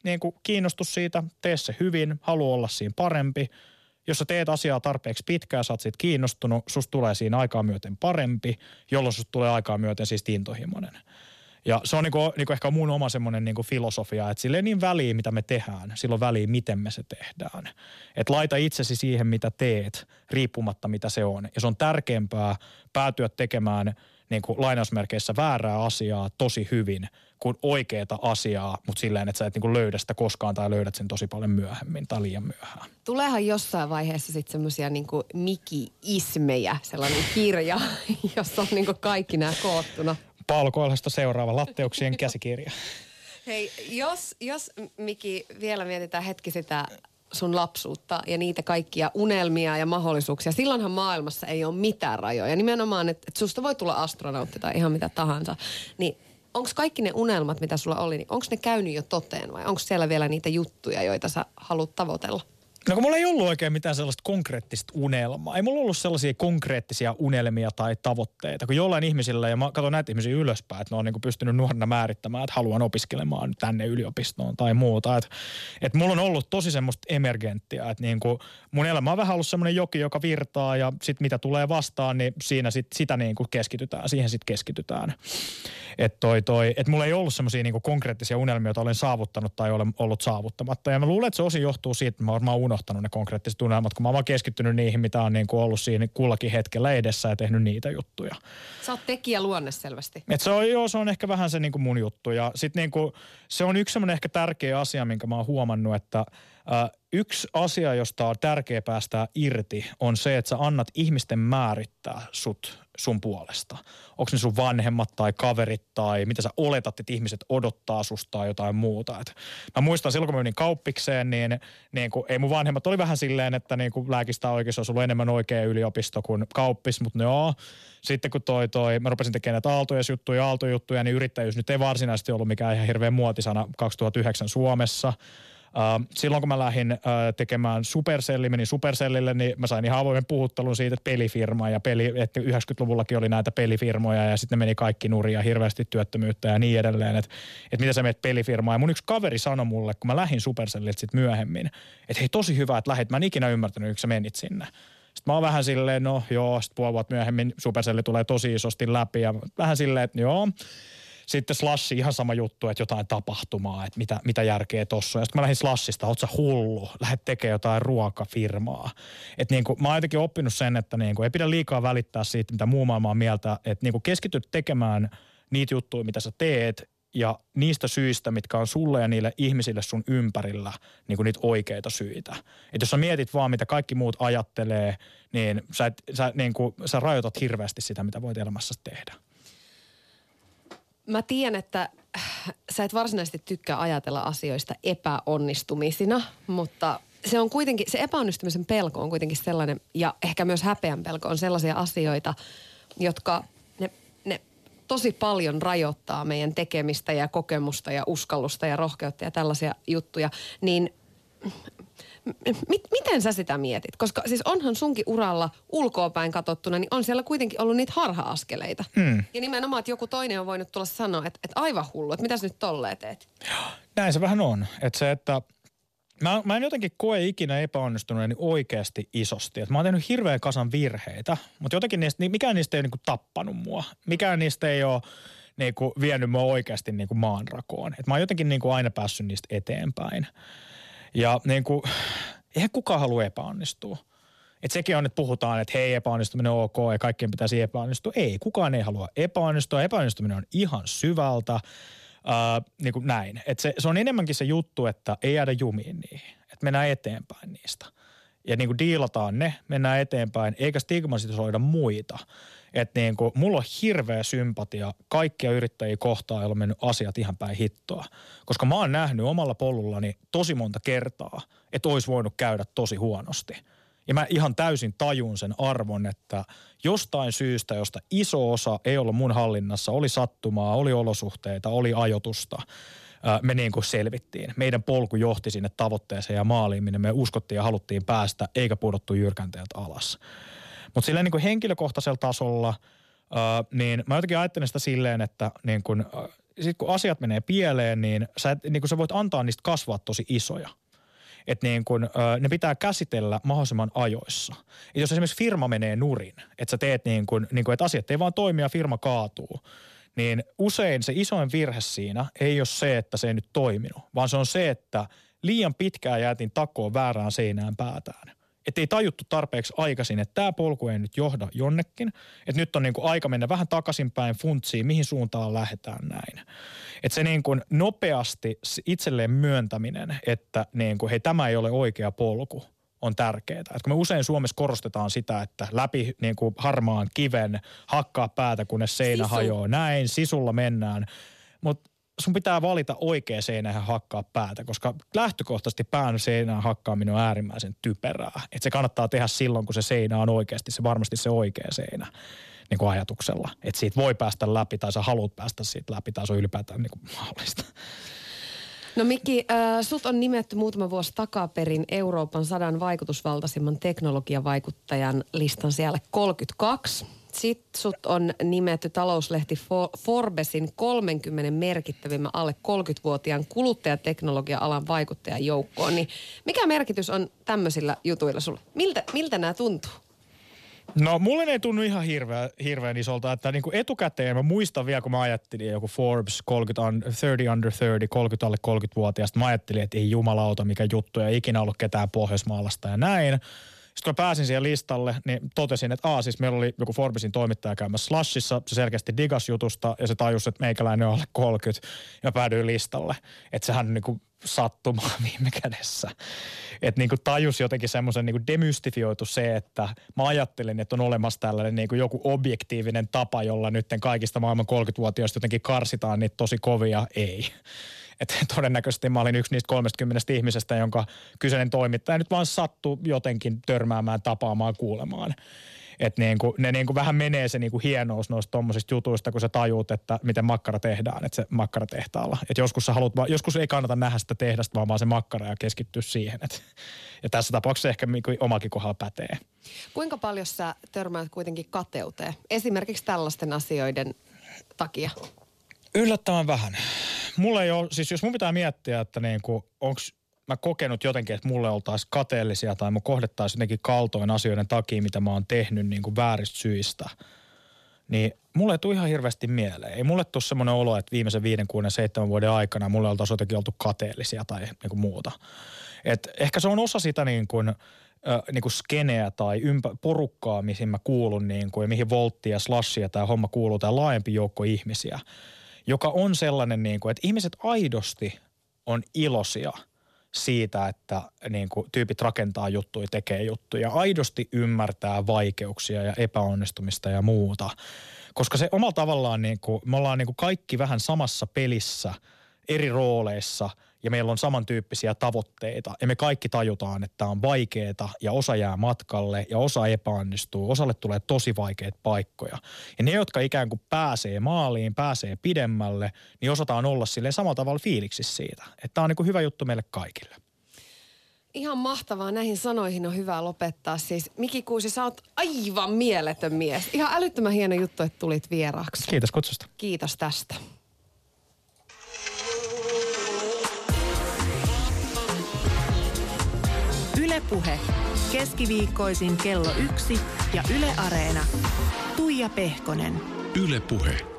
niin kuin kiinnostu siitä, tee se hyvin, halua olla siinä parempi. Jos sä teet asiaa tarpeeksi pitkään, sä oot siitä kiinnostunut, susta tulee siinä aikaa myöten parempi, jolloin susta tulee aikaa myöten siis intohimoinen. Ja se on niinku ehkä mun oma semmoinen niinku filosofia, että sillä ei niin väliä, mitä me tehdään, silloin väliä, miten me se tehdään. Että laita itsesi siihen, mitä teet, riippumatta mitä se on. Ja se on tärkeämpää päätyä tekemään niinku lainausmerkeissä väärää asiaa tosi hyvin kuin oikeaa asiaa, mutta silleen, että sä et niinku löydä sitä koskaan tai löydät sen tosi paljon myöhemmin tai liian myöhään. Tuleehan jossain vaiheessa sitten semmoisia niinku Miki-ismejä, sellainen kirja, jossa on niinku kaikki nämä koottuna. Paul Koilhasta seuraava latteuksien käsikirja. Hei, jos Miki vielä mietitään hetki sitä sun lapsuutta ja niitä kaikkia unelmia ja mahdollisuuksia. Silloinhan maailmassa ei ole mitään rajoja. Nimenomaan, että susta voi tulla astronautti tai ihan mitä tahansa. Niin onko kaikki ne unelmat, mitä sulla oli, niin onko ne käynyt jo toteen vai onko siellä vielä niitä juttuja, joita sä haluat tavoitella? No kun mulla ei ollut oikein mitään sellaista konkreettista unelmaa. Ei mulla ollut sellaisia konkreettisia unelmia tai tavoitteita. Kun jollain ihmisillä, ja mä katson näitä ihmisiä ylöspäin, että ne on niin kuin pystynyt nuorena määrittämään, että haluan opiskelemaan tänne yliopistoon tai muuta. Että mulla on ollut tosi semmoista emergenttiä, että niin kuin mun elämä on vähän ollut semmoinen joki, joka virtaa ja sitten mitä tulee vastaan, niin siinä sitä niin kuin keskitytään, siihen sitten keskitytään. Että mulla ei ollut semmoisia niin kuin konkreettisia unelmia, joita olen saavuttanut tai olen ollut saavuttamatta. Ja mä luulen, että se osin johtuu siitä, että mä oon unohtanut ne konkreettiset unelmat, kun mä oon vaan keskittynyt niihin, mitä on niin kuin ollut siinä kullakin hetkellä edessä ja tehnyt niitä juttuja. Sä oot tekijä luonne selvästi. Et se on ehkä vähän se niin kuin mun juttu. Ja sit niin kuin, se on yksi semmoinen ehkä tärkeä asia, minkä mä oon huomannut, että yksi asia, josta on tärkeä päästää irti, on se, että sä annat ihmisten määrittää sun puolesta. Onko ne sun vanhemmat tai kaverit tai mitä sä oletat, että ihmiset odottaa susta tai jotain muuta. Mä muistan silloin, kun mä menin kauppikseen, niin ei mun vanhemmat oli vähän silleen, että niin kuin lääkistä oikeassa olisi ollut enemmän oikea yliopisto kuin kauppis, mutta joo. Sitten kun mä rupesin tekemään näitä aaltojuttuja, niin yrittäjyys nyt ei varsinaisesti ollut mikään ihan hirveän muotisana 2009 Suomessa. Silloin kun mä lähdin tekemään menin Supercellille, niin mä sain ihan avoimen puhuttelun siitä, että pelifirma että 90-luvullakin oli näitä pelifirmoja ja sitten ne meni kaikki nurin ja hirveästi työttömyyttä ja niin edelleen, että miten sä menet pelifirmaan. Ja mun yksi kaveri sanoi mulle, kun mä lähdin Supercellilta sitten myöhemmin, että hei tosi hyvä, että lähdit. Mä en ikinä ymmärtänyt, yksi sä menit sinne. Sitten mä oon vähän silleen, no joo, sitten puoli vuotta myöhemmin Supercelli tulee tosi isosti läpi ja vähän silleen, että joo. Sitten Slash, ihan sama juttu, että jotain tapahtumaa, että mitä järkeä tossa. Ja sitten mä lähdin Slashista, oot sä hullu, lähdet tekemään jotain ruokafirmaa. Että niinku, mä oon jotenkin oppinut sen, että niinku, ei pidä liikaa välittää siitä, mitä muu maailma on mieltä. Että niinku keskityt tekemään niitä juttuja, mitä sä teet ja niistä syistä, mitkä on sulle ja niille ihmisille sun ympärillä, niinku niitä oikeita syitä. Että jos sä mietit vaan, mitä kaikki muut ajattelee, niin sä rajoitat hirveästi sitä, mitä voit elämässä tehdä. Mä tiedän, että sä et varsinaisesti tykkää ajatella asioista epäonnistumisina, mutta se on kuitenkin, se epäonnistumisen pelko on kuitenkin sellainen, ja ehkä myös häpeän pelko on sellaisia asioita, jotka ne tosi paljon rajoittaa meidän tekemistä ja kokemusta ja uskallusta ja rohkeutta ja tällaisia juttuja, niin miten sä sitä mietit? Koska siis onhan sunkin uralla ulkoapäin katsottuna, niin on siellä kuitenkin ollut niitä harha-askeleita. Ja nimenomaan, että joku toinen on voinut tulla sanoa, että aivan hullu, että mitäs nyt tolleen teet? Näin se vähän on. Että mä en jotenkin koe ikinä epäonnistuneeni oikeasti isosti. Että mä oon tehnyt hirveän kasan virheitä, mutta jotenkin mikään niistä ei ole niinku tappanut mua. Mikään niistä ei ole niinku vienyt mua oikeasti niinku maanrakoon. Että mä oon jotenkin niinku aina päässyt niistä eteenpäin. Ja niinku, eihän kukaan halua epäonnistua. Että sekin on, että puhutaan, että hei, epäonnistuminen on ok ja kaikkien pitäisi epäonnistua. Ei, kukaan ei halua epäonnistua. Epäonnistuminen on ihan syvältä, niin kuin näin. Että se on enemmänkin se juttu, että ei jäädä jumiin niihin. Että mennään eteenpäin niistä. Ja niin kuin diilataan ne, mennään eteenpäin, eikä stigmatisoida muita. Että niin kuin, mulla on hirveä sympatia kaikkia yrittäjiä kohtaan, joilla on mennyt asiat ihan päin hittoa. Koska mä oon nähnyt omalla polullani tosi monta kertaa, että olisi voinut käydä tosi huonosti. Ja mä ihan täysin tajun sen arvon, että jostain syystä, josta iso osa ei ollut mun hallinnassa, oli sattumaa, oli olosuhteita, oli ajoitusta, me niin kuin selvittiin. Meidän polku johti sinne tavoitteeseen ja maaliin, minne me uskottiin ja haluttiin päästä, eikä pudottu jyrkänteeltä alas. Mutta silleen niin kuin henkilökohtaisella tasolla, niin mä jotenkin ajattelen sitä silleen, että niin kuin, sit kun asiat menee pieleen, niin sä voit antaa niistä kasvaa tosi isoja. Että niin kun, ne pitää käsitellä mahdollisimman ajoissa. Et jos esimerkiksi firma menee nurin, että sä teet niin kun, että asiat ei vaan toimi ja firma kaatuu, niin usein se isoin virhe siinä ei ole se, että se ei nyt toiminut, vaan se on se, että liian pitkään jäätiin takoon väärään seinään päätään. Että ei tajuttu tarpeeksi aikaisin, että tämä polku ei nyt johda jonnekin. Että nyt on niin kuin aika mennä vähän takaisinpäin funtsiin, mihin suuntaan lähdetään näin. Että se niin kuin nopeasti itselleen myöntäminen, että niin kuin, hei, tämä ei ole oikea polku, on tärkeää. Että kun me usein Suomessa korostetaan sitä, että läpi niin kuin harmaan kiven hakkaa päätä, kunnes seinä hajoaa. Näin, sisulla mennään. Mutta sun pitää valita oikea seinä ja hakkaa päätä, koska lähtökohtaisesti pään seinään hakkaaminen on äärimmäisen typerää. Että se kannattaa tehdä silloin, kun se seinä on oikeasti se varmasti se oikea seinä niin kuin ajatuksella. Että siitä voi päästä läpi tai sä haluat päästä siitä läpi tai se on ylipäätään niin kuin mahdollista. No Mikki, sut on nimetty muutama vuosi takaperin Euroopan 100 vaikutusvaltaisimman teknologiavaikuttajan listan siellä 32. Sitten sut on nimetty talouslehti Forbesin 30 merkittävimmän alle 30-vuotiaan kuluttajateknologia-alan vaikuttajan joukkoon. Niin mikä merkitys on tämmöisillä jutuilla sulle? Miltä nämä tuntuu? No mulle ei tunnu ihan hirveän isolta, että niin kuin etukäteen mä muistan vielä, kun mä ajattelin joku Forbes 30 under 30, 30 alle 30-vuotiaasta. Mä ajattelin, että ei jumalauta mikä juttu ja ikinä ollut ketään pohjoismaalasta ja näin. Sitten kun mä pääsin siihen listalle, niin totesin, että siis meillä oli joku Forbesin toimittaja käymässä Slashissa. Se selkeästi digas jutusta ja se tajusi, että meikäläinen on alle 30 ja mä päädyin listalle. Että sehän on niin kuin sattumaa viime kädessä. Että niin kuin tajus jotenkin semmoisen niin kuin demystifioitu se, että mä ajattelin, että on olemassa tällainen niin kuin joku objektiivinen tapa, jolla nyt kaikista maailman 30-vuotiaista jotenkin karsitaan niitä tosi kovia. Ei. Että todennäköisesti mä olin yksi niistä 30 ihmisestä, jonka kyseinen toimittaja nyt vaan sattui jotenkin törmäämään, tapaamaan, kuulemaan. Että niinku, ne niinku vähän menee se niinku hienous noista tommosista jutuista, kun sä tajuut, että miten makkara tehdään, että se makkara tehtaalla. Että joskus ei kannata nähdä sitä tehdasta, vaan se makkara ja keskittyä siihen. Ja tässä tapauksessa ehkä omakin kohdalla pätee. Kuinka paljon sä törmäät kuitenkin kateuteen? Esimerkiksi tällaisten asioiden takia? Yllättävän vähän. Mulla ei ole, siis jos mun pitää miettiä, että niinku, onks mä kokenut jotenkin, että mulle oltaisiin kateellisia tai mun kohdettaisiin jotenkin kaltoin asioiden takia, mitä mä oon tehnyt niinku vääristä syistä, niin mulle ei tule ihan hirveästi mieleen. Ei mulle tule semmoinen olo, että viimeisen 5, 6, 7 vuoden aikana mulle oltaisiin jotenkin oltu kateellisia tai niinku muuta. Et ehkä se on osa sitä niinku skeneä tai porukkaa, mihin mä kuulun niinku, ja mihin Voltti ja Slash ja tämä homma kuuluu, tämä laajempi joukko ihmisiä, joka on sellainen, niinku, että ihmiset aidosti on iloisia siitä, että niin kuin, tyypit rakentaa juttuja, tekee juttuja, aidosti ymmärtää vaikeuksia ja epäonnistumista ja muuta. Koska se omalla tavallaan, niin kuin, me ollaan niin kuin kaikki vähän samassa pelissä, eri rooleissa ja meillä on samantyyppisiä tavoitteita. Ja me kaikki tajutaan, että tämä on vaikeeta ja osa jää matkalle ja osa epäonnistuu. Osalle tulee tosi vaikeita paikkoja. Ja ne, jotka ikään kuin pääsee maaliin, pääsee pidemmälle, niin osataan olla silleen samalla tavalla fiiliksissä siitä. Että tämä on niin kuin hyvä juttu meille kaikille. Ihan mahtavaa. Näihin sanoihin on hyvä lopettaa. Siis Mikki Kuusi, sä oot aivan mieletön mies. Ihan älyttömän hieno juttu, että tulit vieraaksi. Kiitos kutsusta. Kiitos tästä. Yle Puhe. Keskiviikkoisin kello 1 ja Yle Areena. Tuija Pehkonen. Yle Puhe.